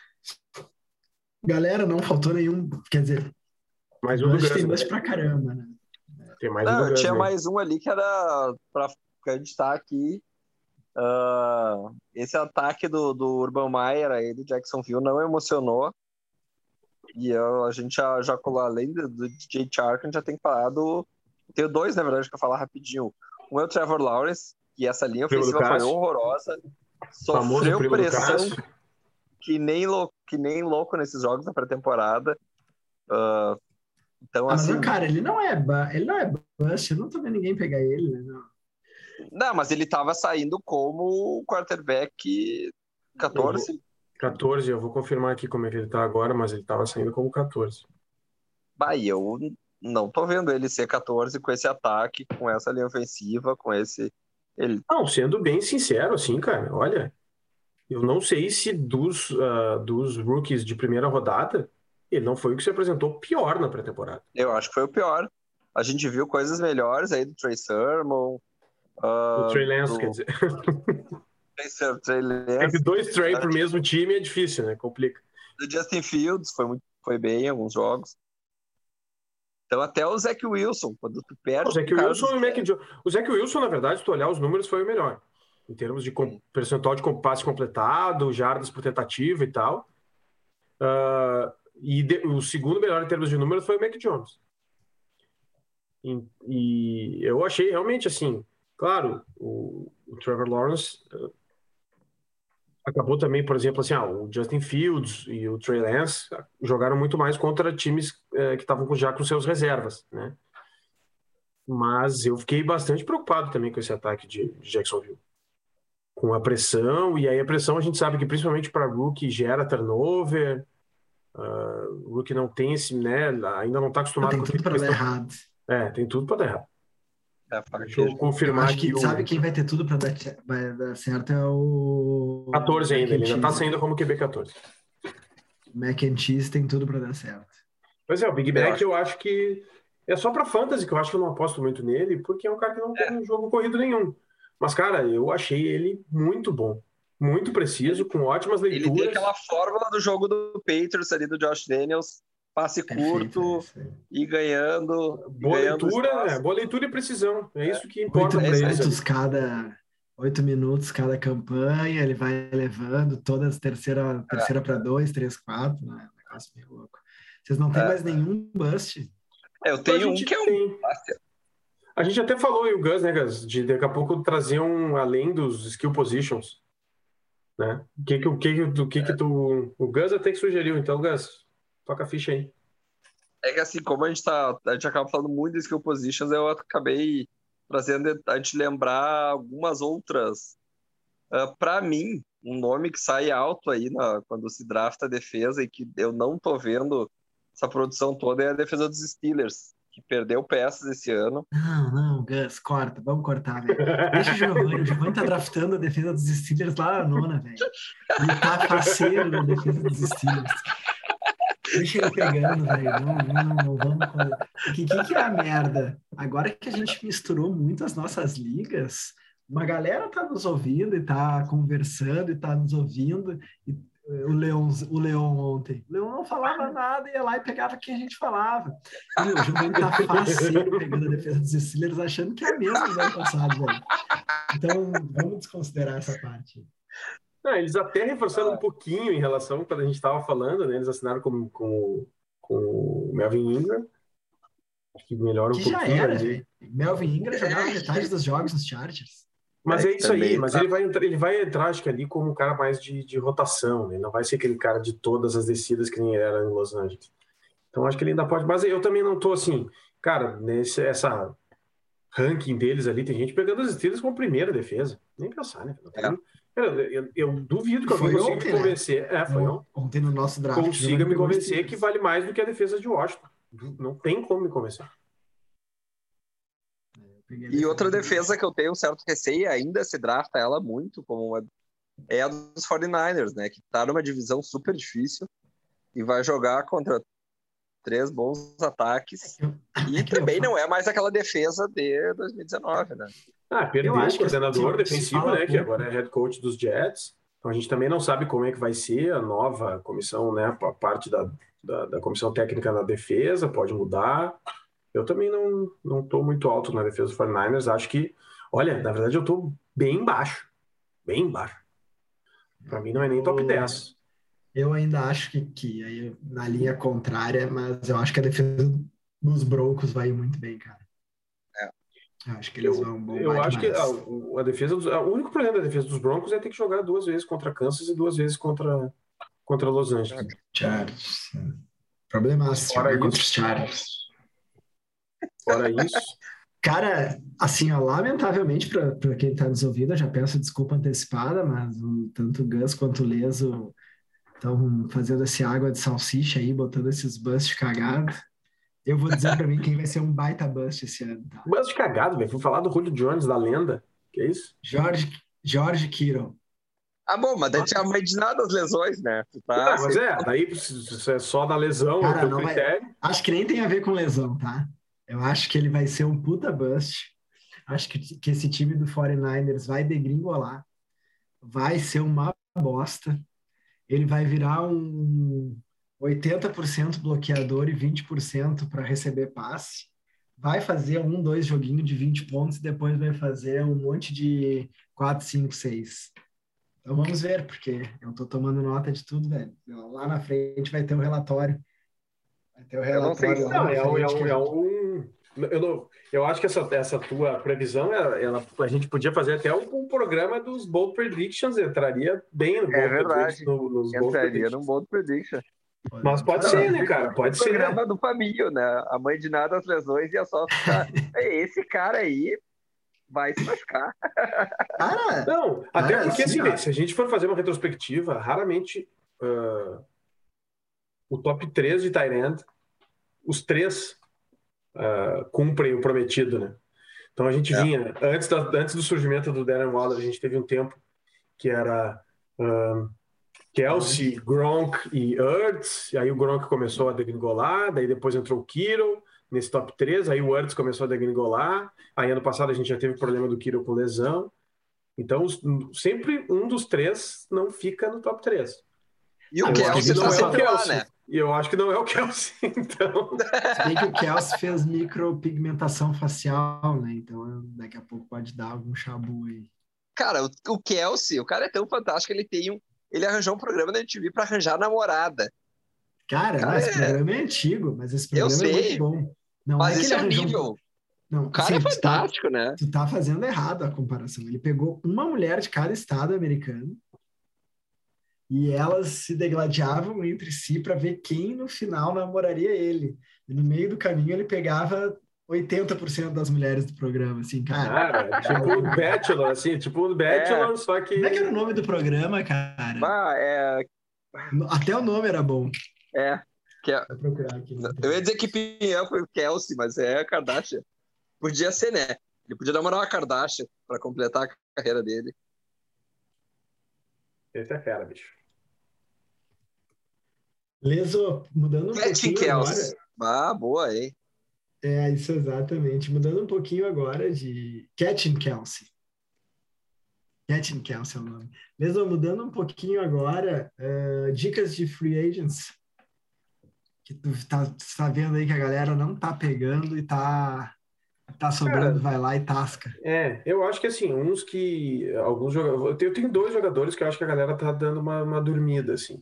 Galera, não faltou nenhum, quer dizer, Mas o do Gus tem Gus, Gus né? pra caramba, né? Tem mais um Não, do eu Gus, tinha né? mais um ali que era pra acreditar aqui. Ah, esse ataque do, do Urban Meyer aí do Jacksonville não emocionou. E eu, a gente já, já colou, além do, do D J Chark, a gente já tem que falar do. Tenho dois, na verdade, que eu falar rapidinho. Um é o Trevor Lawrence, que essa linha Primo do ofensiva foi Cássio. horrorosa. Famoso Sofreu primo do pressão Cássio. que nem, louco, que nem louco nesses jogos da pré-temporada. Ah, então, Ah, mas, assim. cara, ele não é, ba- ele não é bust, eu não tô vendo ninguém pegar ele, né? Não. Não, mas ele tava saindo como quarterback catorze. catorze, eu vou confirmar aqui como é que ele tá agora, mas ele tava saindo como catorze. Bah, e eu não tô vendo ele ser catorze com esse ataque, com essa linha ofensiva, com esse. Ele... Não, sendo bem sincero, assim, cara, olha, eu não sei se dos, uh, dos rookies de primeira rodada, ele não foi o que se apresentou pior na pré-temporada. Eu acho que foi o pior. A gente viu coisas melhores aí do Trey Sermon. Uh, O Trey Lance, do... quer dizer. Trey, Trey Lance, É que dois Trey pro mesmo time é difícil, né? Complica. do Justin Fields foi muito, foi bem em alguns jogos. Então até o Zach Wilson, quando tu perde... O Zach Wilson e o Mac Jones. O Zach Wilson, na verdade, se tu olhar os números, foi o melhor. Em termos de com... percentual de passe completado, jardas por tentativa e tal. Uh, e de... o segundo melhor em termos de números foi o Mac Jones. E, e eu achei realmente assim, claro, o, o Trevor Lawrence uh, acabou também, por exemplo, assim, ah, o Justin Fields e o Trey Lance jogaram muito mais contra times uh, que estavam já com seus reservas, né? Mas eu fiquei bastante preocupado também com esse ataque de, de Jacksonville, com a pressão, e aí a pressão a gente sabe que principalmente para rookie gera turnover, uh, o rookie não tem esse, né, ainda não está acostumado Tem com tudo para questão... dar errado. É, tem tudo para dar errado. É, Deixa eu confirmar eu acho que, que sabe o... quem vai ter tudo para dar, vai dar certo é o... quatorze ainda, ele ainda está Cheese. saindo como Q B quatorze. O Mac and Cheese tem tudo para dar certo. Pois é, o Big Eu Mac acho. eu acho que é só para fantasy, que eu acho que eu não aposto muito nele, porque é um cara que não tem um jogo corrido nenhum. Mas, cara, eu achei ele muito bom, muito preciso, com ótimas Ele leituras. tem aquela fórmula do jogo do Patriots ali, do Josh Daniels, passe Perfeito, curto, é isso aí. e ganhando. e Boa ganhando leitura, espaço. é, boa leitura e precisão. É isso que Oito importa para eles. minutos cada... Oito minutos cada campanha, ele vai levando todas terceira, terceira para dois, três, quatro, né? Um negócio meio louco. Vocês não tem É. mais nenhum bust? É, eu A tenho um gente que é um. tem. A gente até falou, e o Gus, né, Gus, de daqui a pouco trazer um além dos skill positions, né? O que que, o que, que, o que, que tu... O Gus até que sugeriu, então, Gus, toca a ficha aí. É que assim, como a gente tá. A gente acaba falando muito de skill positions, eu acabei trazendo a gente lembrar algumas outras. Uh, para mim, um nome que sai alto aí na, quando se drafta a defesa e que eu não tô vendo essa produção toda é a defesa dos Steelers, que perdeu peças esse ano. Não, não, Gus, corta, vamos cortar, velho. Deixa o Giovanni, o Giovanni tá draftando a defesa dos Steelers lá na nona, velho. Ele tá faceiro na defesa dos Steelers. Deixa ele pegando, velho. Não, não, não vamos. O que, que, que é a merda? Agora que a gente misturou muito as nossas ligas, uma galera tá nos ouvindo e tá conversando e tá nos ouvindo. E o Leão, o Leão ontem. O Leão não falava nada, ia lá e pegava o que a gente falava. E o Giovanni tá faceiro pegando a defesa dos Steelers, achando que é a mesma do ano passado, velho. Então, vamos desconsiderar essa parte. Não, eles até reforçaram um pouquinho em relação quando a gente estava falando, né? Eles assinaram com, com, com o Melvin Ingram. Acho que melhora um Que pouquinho. já era, ali. velho. Melvin Ingram jogava metade dos jogos nos Chargers. Mas É, é isso também aí, mas tá- ele vai, entrar, ele vai entrar, acho que ali, como um cara mais de, de rotação, né? Ele não vai ser aquele cara de todas as descidas que nem ele era em Los Angeles. Então acho que ele ainda pode. Mas eu também não tô assim, cara, nesse essa ranking deles ali, tem gente pegando as Steelers como primeira defesa. Nem pensar, né? Não tem- É. Eu, eu- eu duvido que alguém Foi consiga ontem, me né? convencer. É, foi ontem. Ontem no nosso draft. Consiga Giovanni me pegou os convencer Steelers. que vale mais do que a defesa de Washington. Não tem como me convencer. Peguei a E outra do- defesa que eu tenho um certo receio, e ainda se drafta ela muito, como uma, é a dos forty-niners, né? Que tá numa divisão super difícil e vai jogar contra três bons ataques. E É que eu também falo- não é mais aquela defesa de dois mil e dezenove, né? Ah, perdeu Eu o acho que, coordenador assim, se defensivo, fala né? Que pouco. agora é head coach dos Jets. Então a gente também não sabe como é que vai ser a nova comissão, né? A parte da, da, da comissão técnica na defesa, pode mudar. Eu também não não estou muito alto na defesa dos forty-niners. Acho que, olha, na verdade eu estou bem baixo. Bem baixo. Para mim não é nem top Eu- dez. Eu ainda acho que, que aí, na linha contrária, mas eu acho que a defesa dos Broncos vai ir muito bem, cara. É. Eu acho que eles Eu, vão bombar eu acho que demais. a, o- a defesa dos, a- o único problema da defesa dos Broncos é ter que jogar duas vezes contra Kansas e duas vezes contra, contra Los Angeles. Chargers. Problemaço Fora jogar contra isso. os Chargers. Fora isso, Cara, assim, ó, lamentavelmente para quem está nos ouvindo, eu já peço desculpa antecipada, mas o, tanto o Gus quanto o Leso estão fazendo esse água de salsicha aí, botando esses busts cagados. Eu vou dizer para mim quem vai ser um baita bust esse ano, tá? mas de cagado, velho. Fui falar do Julio Jones, da lenda. Que é isso? Jorge, Jorge Kittle. Ah, bom, mas daí tinha mais de nada as lesões, né? Tu tá, Não, mas sempre- é, daí se se é só da lesão, Cara, é o teu não vai- critério. Acho que nem tem a ver com lesão, tá? Eu acho que ele vai ser um puta bust. Acho que, que esse time do forty-niners vai degringolar. Vai ser uma bosta. Ele vai virar um, oitenta por cento bloqueador e vinte por cento para receber passe. Vai fazer um, dois joguinhos de vinte pontos e depois vai fazer um monte de quatro, cinco, seis. Então vamos ver, porque eu tô tomando nota de tudo, velho. Lá na frente vai ter o relatório. Vai ter o Eu não sei relatório se lá Não, na é, um- é, frente. um, que é a gente- um. Eu, não- eu acho que essa, essa tua previsão, ela, ela- a gente podia fazer até um, um programa dos Bold Predictions, entraria bem no É Bold verdade. Predictions. No, nos Bold entraria Predictions. num Bold Prediction. Mas pode Não, ser, né, cara? Pode O ser. programa do Fabinho, né? A mãe de nada, as lesões, ia só ficar. Esse cara aí vai se machucar. Cara, Não, até Cara, porque, assim, assim, ó. se a gente for fazer uma retrospectiva, raramente ah, o top três de tight end, os três ah, cumprem o prometido, né? Então a gente É. vinha, antes, da- antes do surgimento do Darren Waller, a gente teve um tempo que era ah, Kelsey, Gronk e Ertz, e aí o Gronk começou a degringolar, daí depois entrou o Kittle nesse top três, aí o Ertz começou a degringolar, aí ano passado a gente já teve problema do Kittle com lesão, então os- sempre um dos três não fica no top três. E o Ah, Eu mas acho Kelsey que que tá não é o sempre lá, Kelsey, né? e eu acho que não é o Kelsey, então... se bem que o Kelsey fez micropigmentação facial, né? Então daqui a pouco pode dar algum chabu aí. Cara, o, o Kelsey, o cara é tão fantástico, ele tem um. Ele arranjou um programa na M T V pra arranjar namorada. Cara, Cara, não, esse é- programa é antigo, mas esse Eu programa é sei, muito bom. Não mas é que esse ele é o arranjou um- nível. Não, O cara é assim, tu tá- fantástico, né? Tu tá fazendo errado a comparação. Ele pegou uma mulher de cada estado americano e elas se degladiavam entre si para ver quem no final namoraria ele. E no meio do caminho ele pegava oitenta por cento das mulheres do programa, assim, cara. Cara, tipo o Bachelor, assim, tipo o Bachelor, só que... Como é que era o nome do programa, cara? Ah, é. Até o nome era bom. É. Que é- Vou procurar aqui. Eu ia dizer que Pinhão foi o Kelsey, mas é a Kardashian. Podia ser, né? Ele podia namorar uma Kardashian pra completar a carreira dele. Esse é fera, bicho. Leso, mudando um Catching pouquinho agora. Kelsey. Ah, boa, hein? É, isso exatamente. Mudando um pouquinho agora de Catching Kelsey. Catching Kelsey é o nome. Mesmo mudando um pouquinho agora, eh, dicas de free agents. Que tu tá, tu tá vendo aí que a galera não tá pegando e tá, tá sobrando, Cara, vai lá e tasca. É, eu acho que assim, uns que. Alguns jogadores. Eu tenho, eu tenho dois jogadores que eu acho que a galera tá dando uma, uma dormida, assim.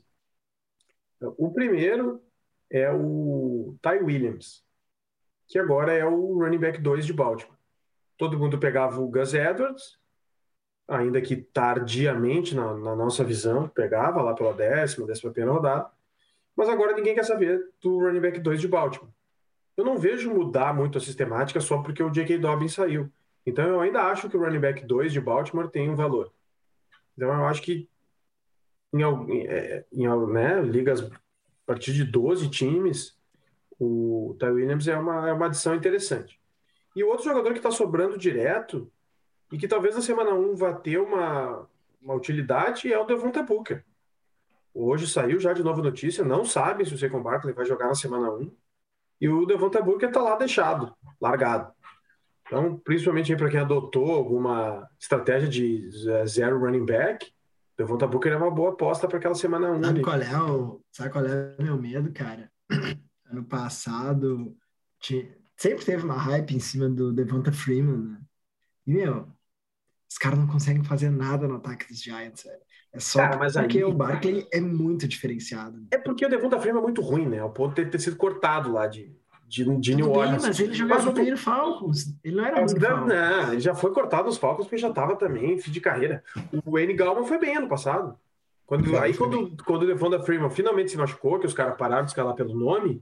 O primeiro é o Ty Williams, que agora é o running back dois de Baltimore. Todo mundo pegava o Gus Edwards, ainda que tardiamente na, na nossa visão, pegava lá pela décima, décima primeira rodada, mas agora ninguém quer saber do running back dois de Baltimore. Eu não vejo mudar muito a sistemática só porque o J K. Dobbins saiu. Então eu ainda acho que o running back dois de Baltimore tem um valor. Então eu acho que em, al- é, em al- né, ligas a partir de doze times, o Ty Williams é uma, é uma adição interessante. E o outro jogador que está sobrando direto e que talvez na semana um vá ter uma, uma utilidade é o Devonta Booker. Hoje saiu já de nova notícia, não sabem se o Saquon Barkley vai jogar na semana um. E o Devonta Booker está lá deixado, largado. Então, principalmente para quem adotou alguma estratégia de zero running back, o Devonta Booker é uma boa aposta para aquela semana um. Sabe ali. qual é o, sabe qual é o meu medo, cara? Ano passado, ti- sempre teve uma hype em cima do Devonta Freeman, né? E, meu, os caras não conseguem fazer nada no ataque dos Giants, velho. É só Cara, mas porque aí- o Barkley é muito diferenciado. É porque o Devonta Freeman é muito ruim, né? Ao ponto de ter sido cortado lá de, de, de Tudo New bem, Orleans. mas ele jogava Mas o- bem no Falcons. Ele não era Mas ruim no não, Falcons. não, ele já foi cortado nos Falcons porque já estava também em fim de carreira. O Wayne Gallman foi bem ano passado. Quando, Foi, aí foi quando, quando o Devonta Freeman finalmente se machucou, que os caras pararam de escalar pelo nome,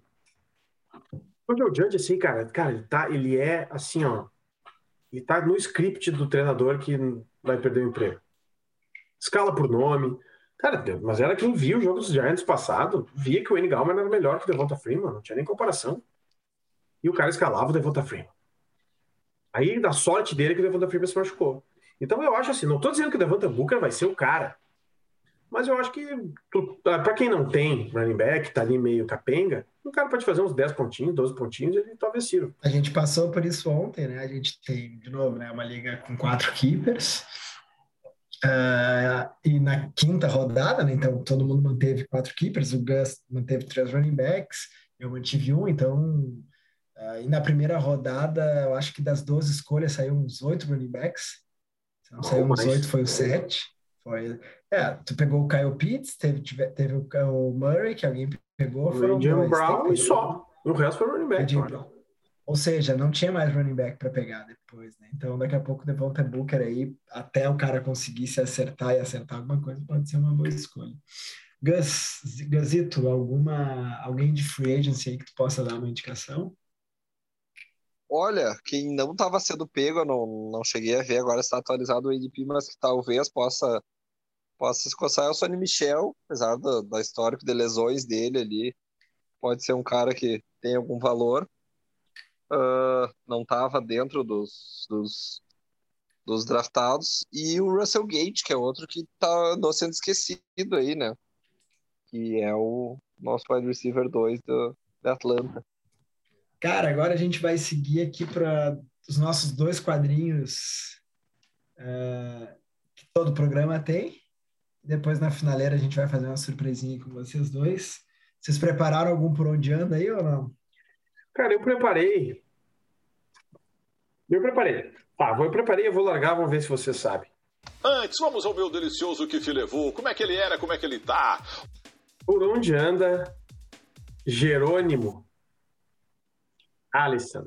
o Joe Judge, assim, cara, cara, ele, tá, ele é assim, ó. Ele tá no script do treinador que vai perder o emprego. Escala por nome. Cara, mas era quem viu o jogo dos Giants passado, via que o Wayne Gallman era melhor que o Devonta Freeman, não tinha nem comparação. E o cara escalava o Devonta Freeman. Aí, da sorte dele, que o Devonta Freeman se machucou. Então, eu acho assim, não tô dizendo que o Devonta Booker vai ser o cara, mas eu acho que, tu- pra quem não tem running back, tá ali meio capenga, o cara pode fazer uns dez pontinhos, doze pontinhos, ele talvez sirva. A gente passou por isso ontem, né? A gente tem, de novo, né, uma liga com quatro keepers. Uh, e na quinta rodada, né, então todo mundo manteve quatro keepers, o Gus manteve três running backs, eu mantive um, então uh, e na primeira rodada, eu acho que das doze escolhas saiu uns oito running backs, se não saiu uns oito, foi o sete. Foi, é, tu pegou o Kyle Pitts, teve, teve, teve o, o Murray, que alguém pegou, foram Jim dois. Brown e só, o resto foi running back. Ou seja, não tinha mais running back para pegar depois, né? Então, daqui a pouco o Devonta Booker aí, até o cara conseguir se acertar e acertar alguma coisa, pode ser uma boa escolha. Gus, Gusito, alguma, alguém de free agency aí que tu possa dar uma indicação? Olha, quem não estava sendo pego, eu não, não cheguei a ver, agora está atualizado o A D P, mas que talvez possa, possa se coçar é o Sonny Michel, apesar do, do histórico de lesões dele ali, pode ser um cara que tem algum valor. Uh, não estava dentro dos, dos, dos draftados, e o Russell Gage, que é outro que está sendo esquecido aí, né? Que é o nosso wide receiver dois do, da Atlanta. Cara, agora a gente vai seguir aqui para os nossos dois quadrinhos uh, que todo programa tem. Depois, na finaleira, a gente vai fazer uma surpresinha com vocês dois. Vocês prepararam algum por onde anda aí ou não? Cara, eu preparei. Eu preparei. Tá, eu preparei, eu vou largar, vamos ver se você sabe. Antes, vamos ao meu delicioso que levou. Como é que ele era, como é que ele tá? Por onde anda Jerônimo Alisson?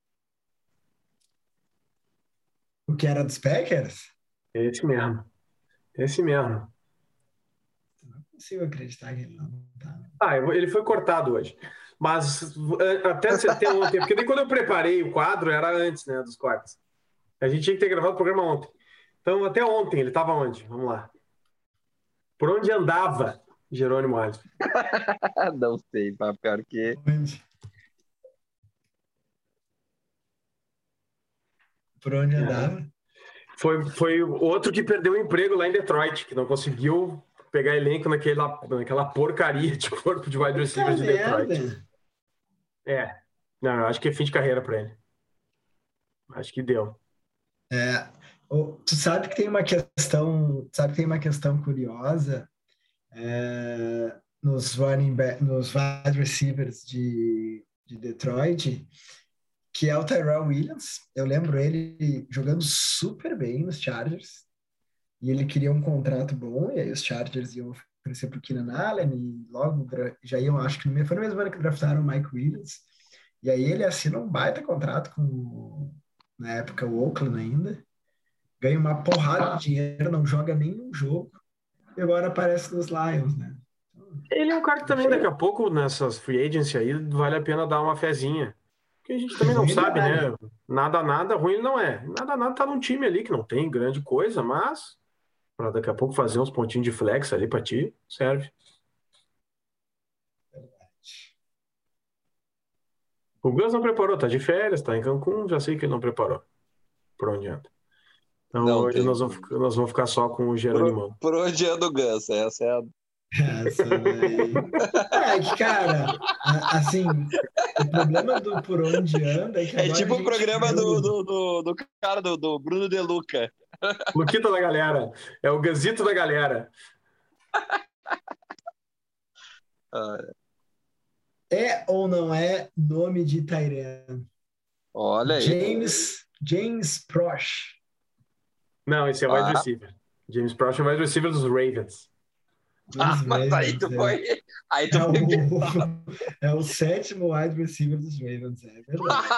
O que era dos Packers? Esse mesmo. Esse mesmo. Não consigo acreditar que ele não tá. Ah, ele foi cortado hoje. Mas até, até ontem, porque daí quando eu preparei o quadro, era antes, né, dos cortes. A gente tinha que ter gravado o programa ontem. Então, até ontem, ele estava onde? Vamos lá. Por onde andava Jerônimo Alisson? Não sei, tá pior que... Onde? Por onde andava? É. Foi, foi outro que perdeu o emprego lá em Detroit, que não conseguiu pegar elenco naquela, naquela porcaria de corpo de wide receiver de Detroit. Merda. É. Não, eu acho que é fim de carreira para ele. Acho que deu. É, tu sabe que tem uma questão, sabe que tem uma questão curiosa é, nos running back, nos wide receivers de, de Detroit, que é o Tyrell Williams. Eu lembro ele jogando super bem nos Chargers e ele queria um contrato bom, e aí os Chargers iam oferecer para o Keenan Allen e logo já iam, acho que no mesmo, foi no mesmo ano que draftaram o Mike Williams, e aí ele assina um baita contrato com, na época, o Oakland ainda, ganha uma porrada de dinheiro, não joga nenhum jogo, e agora aparece nos Lions, né? Ele é um cara que também daqui a pouco, nessas free agency aí, vale a pena dar uma fezinha. Porque a gente também não sabe, né? Nada, nada ruim ele não é. Nada, nada tá num time ali que não tem grande coisa, mas para daqui a pouco fazer uns pontinhos de flex ali para ti, serve. O Gus não preparou, tá de férias, tá em Cancún, já sei que ele não preparou. Por onde anda? Então Não hoje tem. nós vamos, nós vamos ficar só com o Jerônimo. Por, por onde anda o Gus? Essa é a... Essa daí. É que, cara, assim, o problema do por onde anda é que É tipo o programa viu... do, do, do, do cara, do, do Bruno De Luca. Luquito da galera. É o Gazito da galera. É ou não é nome de Tyrene? Olha aí. James, James Prosh. Não, esse é o wide Ah. receiver. James Prosh é o wide receiver dos Ravens. Ah, mas aí tu foi. Aí tu É foi. o, é o sétimo wide receiver dos Ravens, é verdade.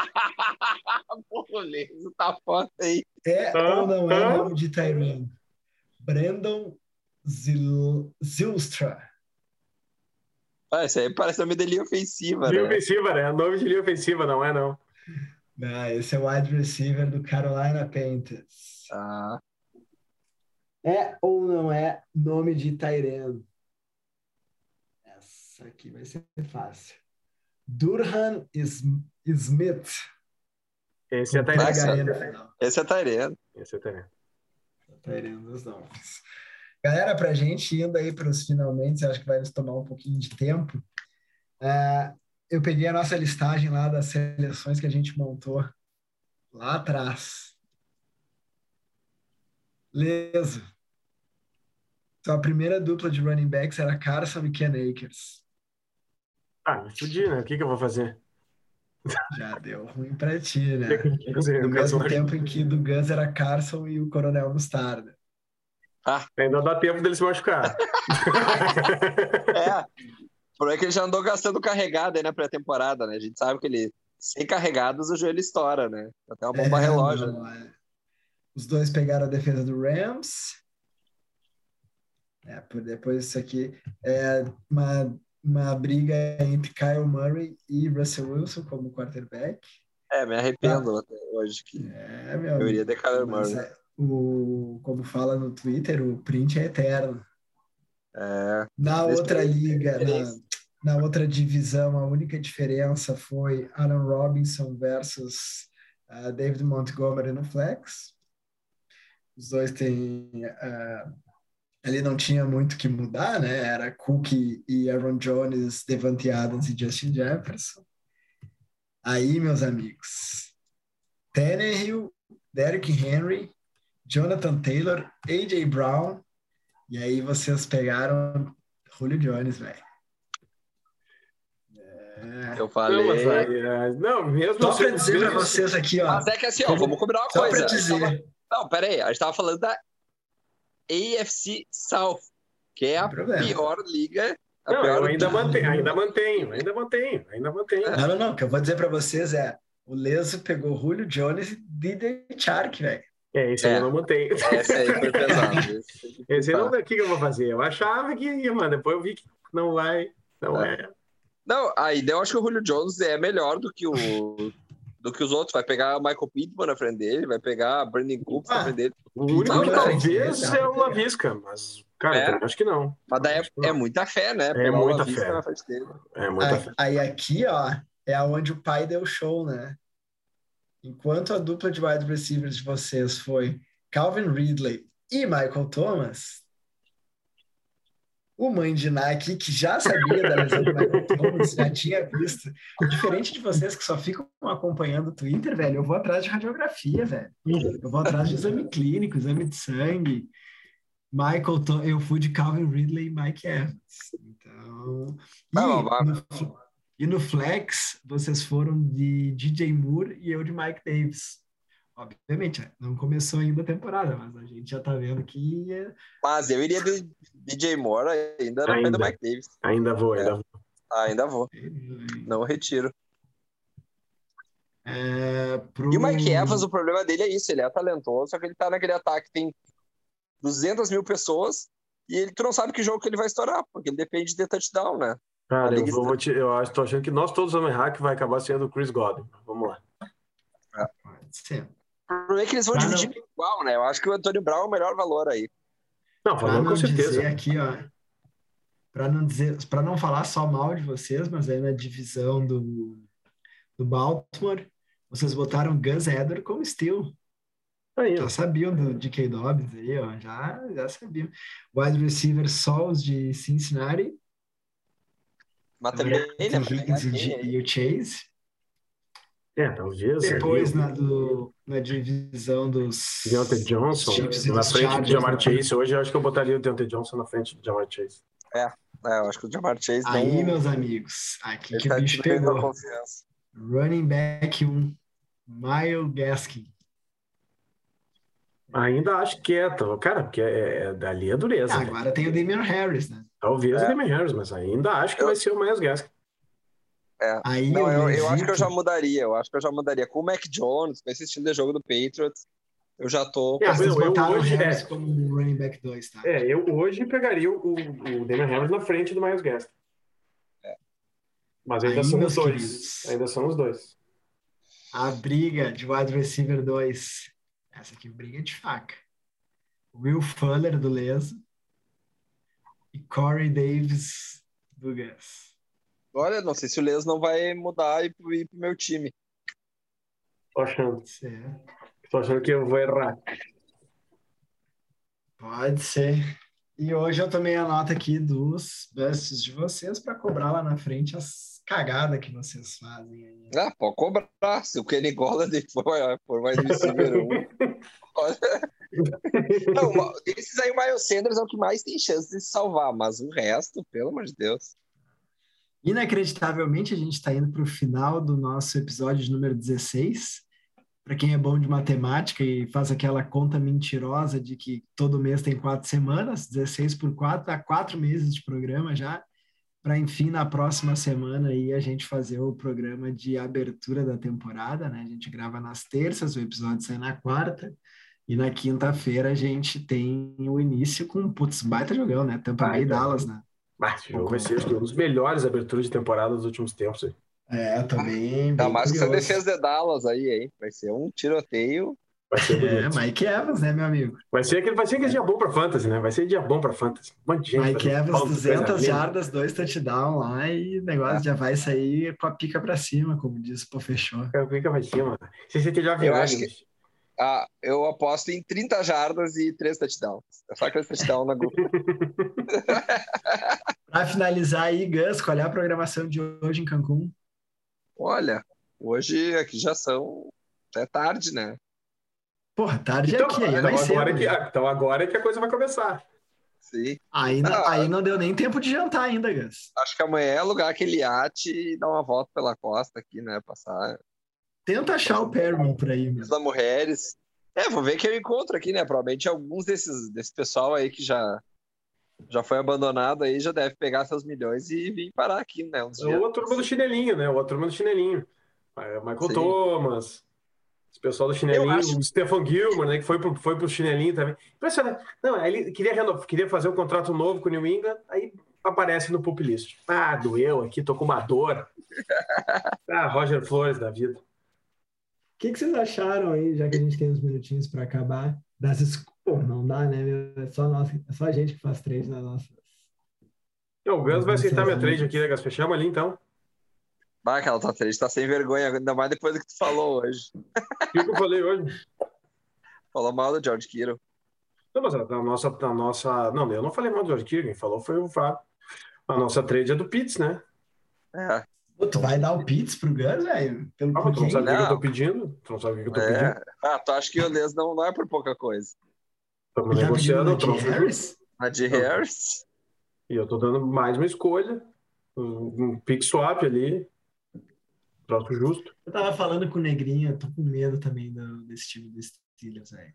Boleza, tá foda aí. É Ah, ou não é ah. nome de Tyrene? Brandon Zil, Zylstra. Ah, isso aí parece nome de linha ofensiva, Linha né? ofensiva, né? Nome de linha ofensiva, não é não. Não, esse é o wide receiver do Carolina Panthers. Ah, É ou não é nome de Tyrene? Essa aqui vai ser fácil. Durham Is- Smith. Esse é Com Tyrene. T H E no final. esse é Tyrene. Esse é Tyrene. Tyrene dos Dolphins. Galera, pra gente indo aí para os finalmente, acho que vai nos tomar um pouquinho de tempo. É, eu peguei a nossa listagem lá das seleções que a gente montou lá atrás. Beleza. Então, a primeira dupla de running backs era Carson e Ken Akers. Ah, me fudi, né? O que que eu vou fazer? Já deu ruim pra ti, né? O que que eu vou fazer? No Eu quero mesmo só- tempo em que do Guns era Carson e o Coronel Mostarda. Ainda dá tempo dele se machucar. É. O problema é que ele já andou gastando carregado aí na pré-temporada, né? A gente sabe que ele, sem carregados, o joelho estoura, né? Até uma bomba É, relógio. não, é. Os dois pegaram a defesa do Rams. É, por depois disso aqui, é uma, uma briga entre Kyle Murray e Russell Wilson como quarterback. É, me arrependo até hoje que É, meu eu amigo. iria de Kyler Mas Murray. é, o, como fala no Twitter, o print é eterno. É, Na Nesse outra país, liga, na, diferença. na outra divisão, a única diferença foi Aaron Robinson versus uh, David Montgomery no flex. Os dois têm... Uh, ali não tinha muito o que mudar, né? Era Cook e Aaron Jones, Devante Adams e Justin Jefferson. Aí, meus amigos, Tannehill, Derrick Henry, Jonathan Taylor, A J Brown, e aí vocês pegaram Julio Jones, velho. É... Eu falei. Não, mas aí, é, não, mesmo Só assim, para dizer para mesmo- vocês aqui, ó. Mas é que assim, ó, Como- vamos combinar uma Só coisa. para A gente tava- dizer. Não, pera aí, a gente tava falando da A F C South, que é a Não tem problema. pior liga. A Não, pior eu ainda liga. mantenho, ainda mantenho, ainda mantenho, ainda mantenho. Não, não, não. O que eu vou dizer para vocês é: o Leso pegou Julio Jones e D J Chark, velho. É, esse aí É. eu não mantenho. Esse aí foi pesado. Esse, Esse aí não, o que que eu vou fazer? Eu achava que ia, mano, depois eu vi que não vai, não é. Não, aí eu acho que o Julio Jones é melhor do que o do que os outros. Vai pegar o Michael Pittman na frente dele, vai pegar Brandon Cooks na Ah. frente dele. O único Não, que não, talvez não, é não, o Lavisca, mas, cara, É. eu também acho que não. Mas daí Acho que é, é não. muita fé, né? Pegar muita o Lavisca fé. na frente dele. É muita fé. Aí, aí aqui, ó, é onde o pai deu show, né? Enquanto a dupla de wide receivers de vocês foi Calvin Ridley e Michael Thomas, o mãe de Ná aqui, que já sabia da lesão do Michael Thomas, já tinha visto. Diferente de vocês que só ficam acompanhando o Twitter, velho, eu vou atrás de radiografia, velho. Eu vou atrás de exame clínico, exame de sangue. Michael Thomas, eu fui de Calvin Ridley e Mike Evans. Então... E, Não, vai. no, e no Flex, vocês foram de D J Moore e eu de Mike Davis. Obviamente, não começou ainda a temporada, mas a gente já tá vendo que... é- Mas eu iria de D J Moore ainda na frente Ainda. do Mike Davis. Ainda vou, ainda É. vou. Ainda vou. Não retiro. É, pro... E o Mike Evans, o problema dele é isso. Ele é talentoso, só que ele tá naquele ataque, tem duzentas mil pessoas e ele, tu não sabe que jogo que ele vai estourar, porque ele depende de touchdown, né? Cara, A eu, liga vou, vou te, eu acho, tô achando que nós todos vamos errar, que vai acabar sendo o Chris Godwin. Vamos lá. Pode ser. O problema é que eles vão Ah, dividir não. igual, né? Eu acho que o Antônio Brown é o melhor valor aí. Não, Para falando não com certeza. dizer aqui, ó, para não dizer, para não falar só mal de vocês, mas aí na divisão do, do Baltimore, vocês botaram Gus Edwards como steal. Aí, ó. Já sabiam do D K Dobbins aí, ó, já, já sabiam. Wide receiver só os de Cincinnati, Mas também, né? T. Pra pegar Higgins e, quem aí? e o Chase. É, talvez. Depois ali, na, do, na divisão dos Deontay Johnson, Chiefs e na dos frente Chargers, de Jamar né? Chase. Hoje eu acho que eu botaria o Deontay Johnson na frente de Jamar Chase. É, eu acho que o Jamar Chase Aí, não... meus amigos, aqui Ele que tá o bicho diminuindo a pegou. confiança. Running back um, Myles Gaskin. Ainda acho que é, tá, cara, porque é, é, dali é dureza. Ah, né? agora tem o Damian Harris, né? Talvez É. o Damian Harris, mas ainda acho que Eu- vai ser o Myles Gaskin. É. Aí Não, o eu, eu acho Levito- que eu já mudaria. Eu acho que eu já mudaria. Com o Mac Jones, com esse estilo de jogo do Patriots, eu já tô... É, Vocês eu- eu botaram hoje- o Harris é. como um running back dois, tá? É, eu hoje pegaria o, o Damian Harris na frente do Myles Gaskin. Mas ainda Aí, são meus os dois. queridos. Ainda são os dois. A briga de wide receiver dois. Essa aqui briga de faca. Will Fuller, do Leso. E Corey Davis, do Gus. Olha, não sei se o Les não vai mudar e ir pro, ir pro meu time. Tô achando. Pode ser. Tô achando que eu vou errar. Pode ser. E hoje eu tomei a nota aqui dos busts de vocês para cobrar lá na frente as cagadas que vocês fazem aí. Ah, pode cobrar. Se o Kenny Golladay for, for mais receiver um. Não, esses aí, o Miles Sanders é o que mais tem chance de se salvar, mas o resto, pelo amor de Deus. Inacreditavelmente, a gente está indo para o final do nosso episódio de número dezesseis. Para quem é bom de matemática e faz aquela conta mentirosa de que todo mês tem quatro semanas, dezesseis por quatro, dá quatro meses de programa já, para, enfim, na próxima semana aí a gente fazer o programa de abertura da temporada, né? A gente grava nas terças, o episódio sai na quarta, e na quinta-feira a gente tem o início com, putz, baita jogão, né? Tampa Bay e Dallas, né? Mas esse jogo vai ser acho que, um dos melhores aberturas de temporada dos últimos tempos. Aí. É, também. Ainda mais que essa curioso. defesa de Dallas aí, hein? Vai ser um tiroteio. Vai ser É, bonito. Mike Evans, né, meu amigo? Vai ser aquele, vai ser aquele dia bom pra Fantasy, né? Vai ser dia bom pra Fantasy. Um monte de gente. Mike fazendo Evans, falta, duzentas coisa jardas, dois touchdowns lá e o negócio É. já vai sair com a pica pra cima, como diz o Pô Fechou. linda. Fica pra cima. Se você já Eu acho que- Ah, eu aposto em trinta jardas e três touchdowns. É só aquele touchdown na grupo. Pra finalizar aí, Gus, qual é a programação de hoje em Cancún? Olha, hoje aqui já são até tarde, né? Porra, tarde Então, aqui, aí então, vai ser. agora que, então agora é que a coisa vai começar. Sim. Aí, não- Ah. aí não deu nem tempo de jantar ainda, Gus. Acho que amanhã é alugar aquele iate e dar uma volta pela costa aqui, né? Passar Tenta achar o Perman por aí, meu. Isla Mujeres. É, vou ver que eu encontro aqui, né? Provavelmente alguns desses desse pessoal aí que já, já foi abandonado aí já deve pegar seus milhões e vir parar aqui, né? Uns dias. Ou a turma do chinelinho, né? Ou a turma do chinelinho. Ah, Michael Sim. Thomas, esse pessoal do chinelinho, Eu acho- o Stephen Gilmore, né? Que foi pro, foi pro chinelinho também. Impressionante. Não, ele queria, renovar, queria fazer um contrato novo com o New England, aí aparece no Pup List. Ah, doeu aqui, tô com uma dor. Ah, Roger Flores da vida. O que, que vocês acharam aí, já que a gente tem uns minutinhos pra acabar? Das es... Pô, não dá, né, meu? É só, nossa, é só a gente que faz trade na nossa. Então, o Gus vai aceitar minha Nossa, trade aqui, né, Gus? Fechamos ali, então. Bah, aquela tua trade tá sem vergonha, ainda mais depois do que tu falou hoje. O que que eu falei hoje? Falou mal do George Kittle. Não, mas a a nossa, a nossa... Não, eu não falei mal do George Kittle, quem falou foi o Fábio. A nossa trade é do Pitts, né? É, Pô, tu vai dar o Pitts pro Gus, velho? Pelo Ah, por mas tu não quem? sabe o que eu Não. tô pedindo? Tu não sabe o que eu tô pedindo? é. Ah, tu acha que o Les não, não é por pouca coisa. Estamos Ele tá pedindo negociando o o troço Najee justo. Harris? A de Harris. E eu tô dando mais uma escolha, um um pick swap ali, troço justo. Eu tava falando com o Negrinho, eu tô com medo também do, desse time do Steelers, velho.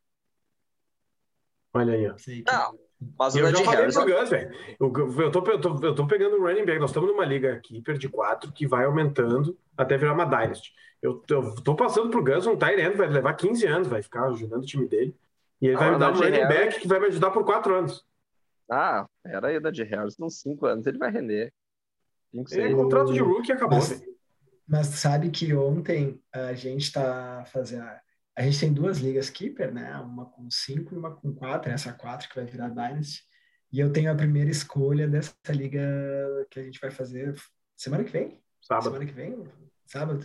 Olha aí, ó. Não sei que- Não, mas E o eu já Najee falei Harris... pro Gus, velho. Eu, eu, tô, eu, tô, eu tô pegando o running back. Nós estamos numa liga keeper de quatro que vai aumentando até virar uma dynasty. Eu, eu tô passando pro Gus um tight end, vai levar quinze anos, vai ficar ajudando o time dele. E ele Ah, vai me o dar um Najee running Harris- back que vai me ajudar por quatro anos. Ah, era aí da de Harris. Uns cinco anos ele vai render. Cinco, Ele é seis. contrato de rookie e acabou, Mas- velho. Mas sabe que ontem a gente tá fazendo. A gente tem duas ligas keeper, né? Uma com cinco e uma com quatro, essa quatro que vai virar Dynasty. E eu tenho a primeira escolha dessa liga que a gente vai fazer semana que vem? Sábado. Semana que vem? Sábado.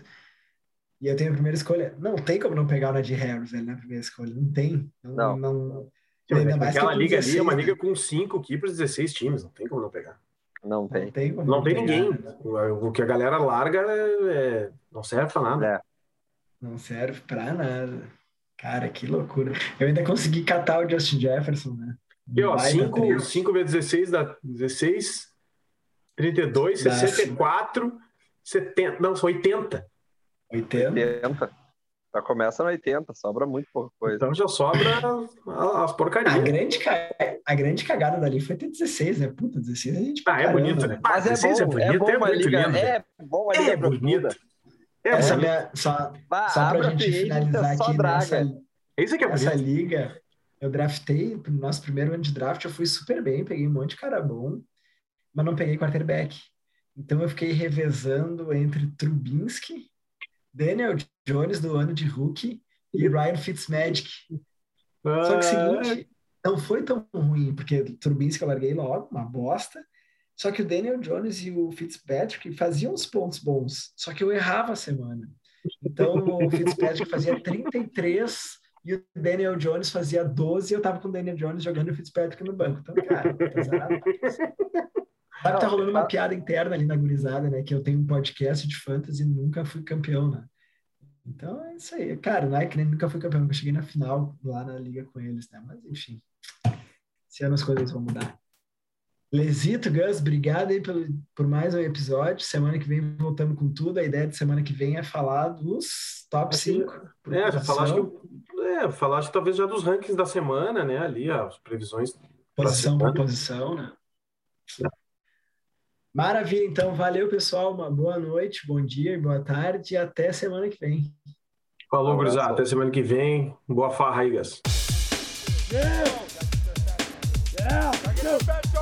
E eu tenho a primeira escolha. Não tem como não pegar o Najee Harris ali na primeira escolha. Não tem. Não. Não. não... Sim, mas Ainda é mais que aquela que com liga ali é uma dezesseis, liga com cinco keepers, dezesseis times. Não tem como não pegar. Não Não tem. tem como Não tem pegar, ninguém. né? O que a galera larga é- é- não serve pra nada. É. Não serve pra nada. Cara, que loucura. Eu ainda consegui catar o Justin Jefferson, né? E ó, Baita cinco trade. cinco vezes dezesseis dá dezesseis, trinta e dois, Dá sessenta e quatro, setenta. Não, são oitenta. oitenta. oitenta. Já começa no oitenta, sobra muito pouca coisa. Então já sobra as A porcarias. grande, ca- a grande cagada dali foi ter dezesseis, né? Puta, dezesseis a gente Ah, é caramba, bonito, né? Mas é dezesseis bom, é bom uma muito liga, lindo. é bom uma liga É bonito. profunda. É Essa bonito. minha, só, Bah, só abre pra a gente free agency, finalizar é só aqui draga. nessa, Isso que é nessa bonito. liga, eu draftei, pro nosso primeiro ano de draft, eu fui super bem, peguei um monte de cara bom, mas não peguei quarterback. Então eu fiquei revezando entre Trubinsky, Daniel Jones do ano de rookie e Ryan Fitzmagic. Só que o Ah, seguinte, não foi tão ruim, porque o Trubinsky eu larguei logo, uma bosta. Só que o Daniel Jones e o Fitzpatrick faziam uns pontos bons, só que eu errava a semana. Então o Fitzpatrick fazia trinta e três e o Daniel Jones fazia doze e eu tava com o Daniel Jones jogando o Fitzpatrick no banco. Então, cara, tá zerado. Sabe que tá Não, rolando uma tá- piada interna ali na gurizada, né? Que eu tenho um podcast de fantasy e nunca fui campeão, né? Então é isso aí. Cara, não é que nem nunca fui campeão, eu cheguei na final lá na liga com eles, né? Mas enfim, esse ano as coisas vão mudar. Lesito, Gus, obrigado aí pelo, por mais um episódio. Semana que vem voltamos com tudo. A ideia de semana que vem é falar dos top Assim, cinco. É, já falaste, que- é, falaste talvez já dos rankings da semana, né? Ali, as previsões. pra Posição por semana. posição, né? Maravilha, então. Valeu, pessoal. Uma boa noite, bom dia e boa tarde. E até semana que vem. Falou, Um abraço. gurizada. Até semana que vem. Boa farra aí, Gas. Yeah, yeah, yeah.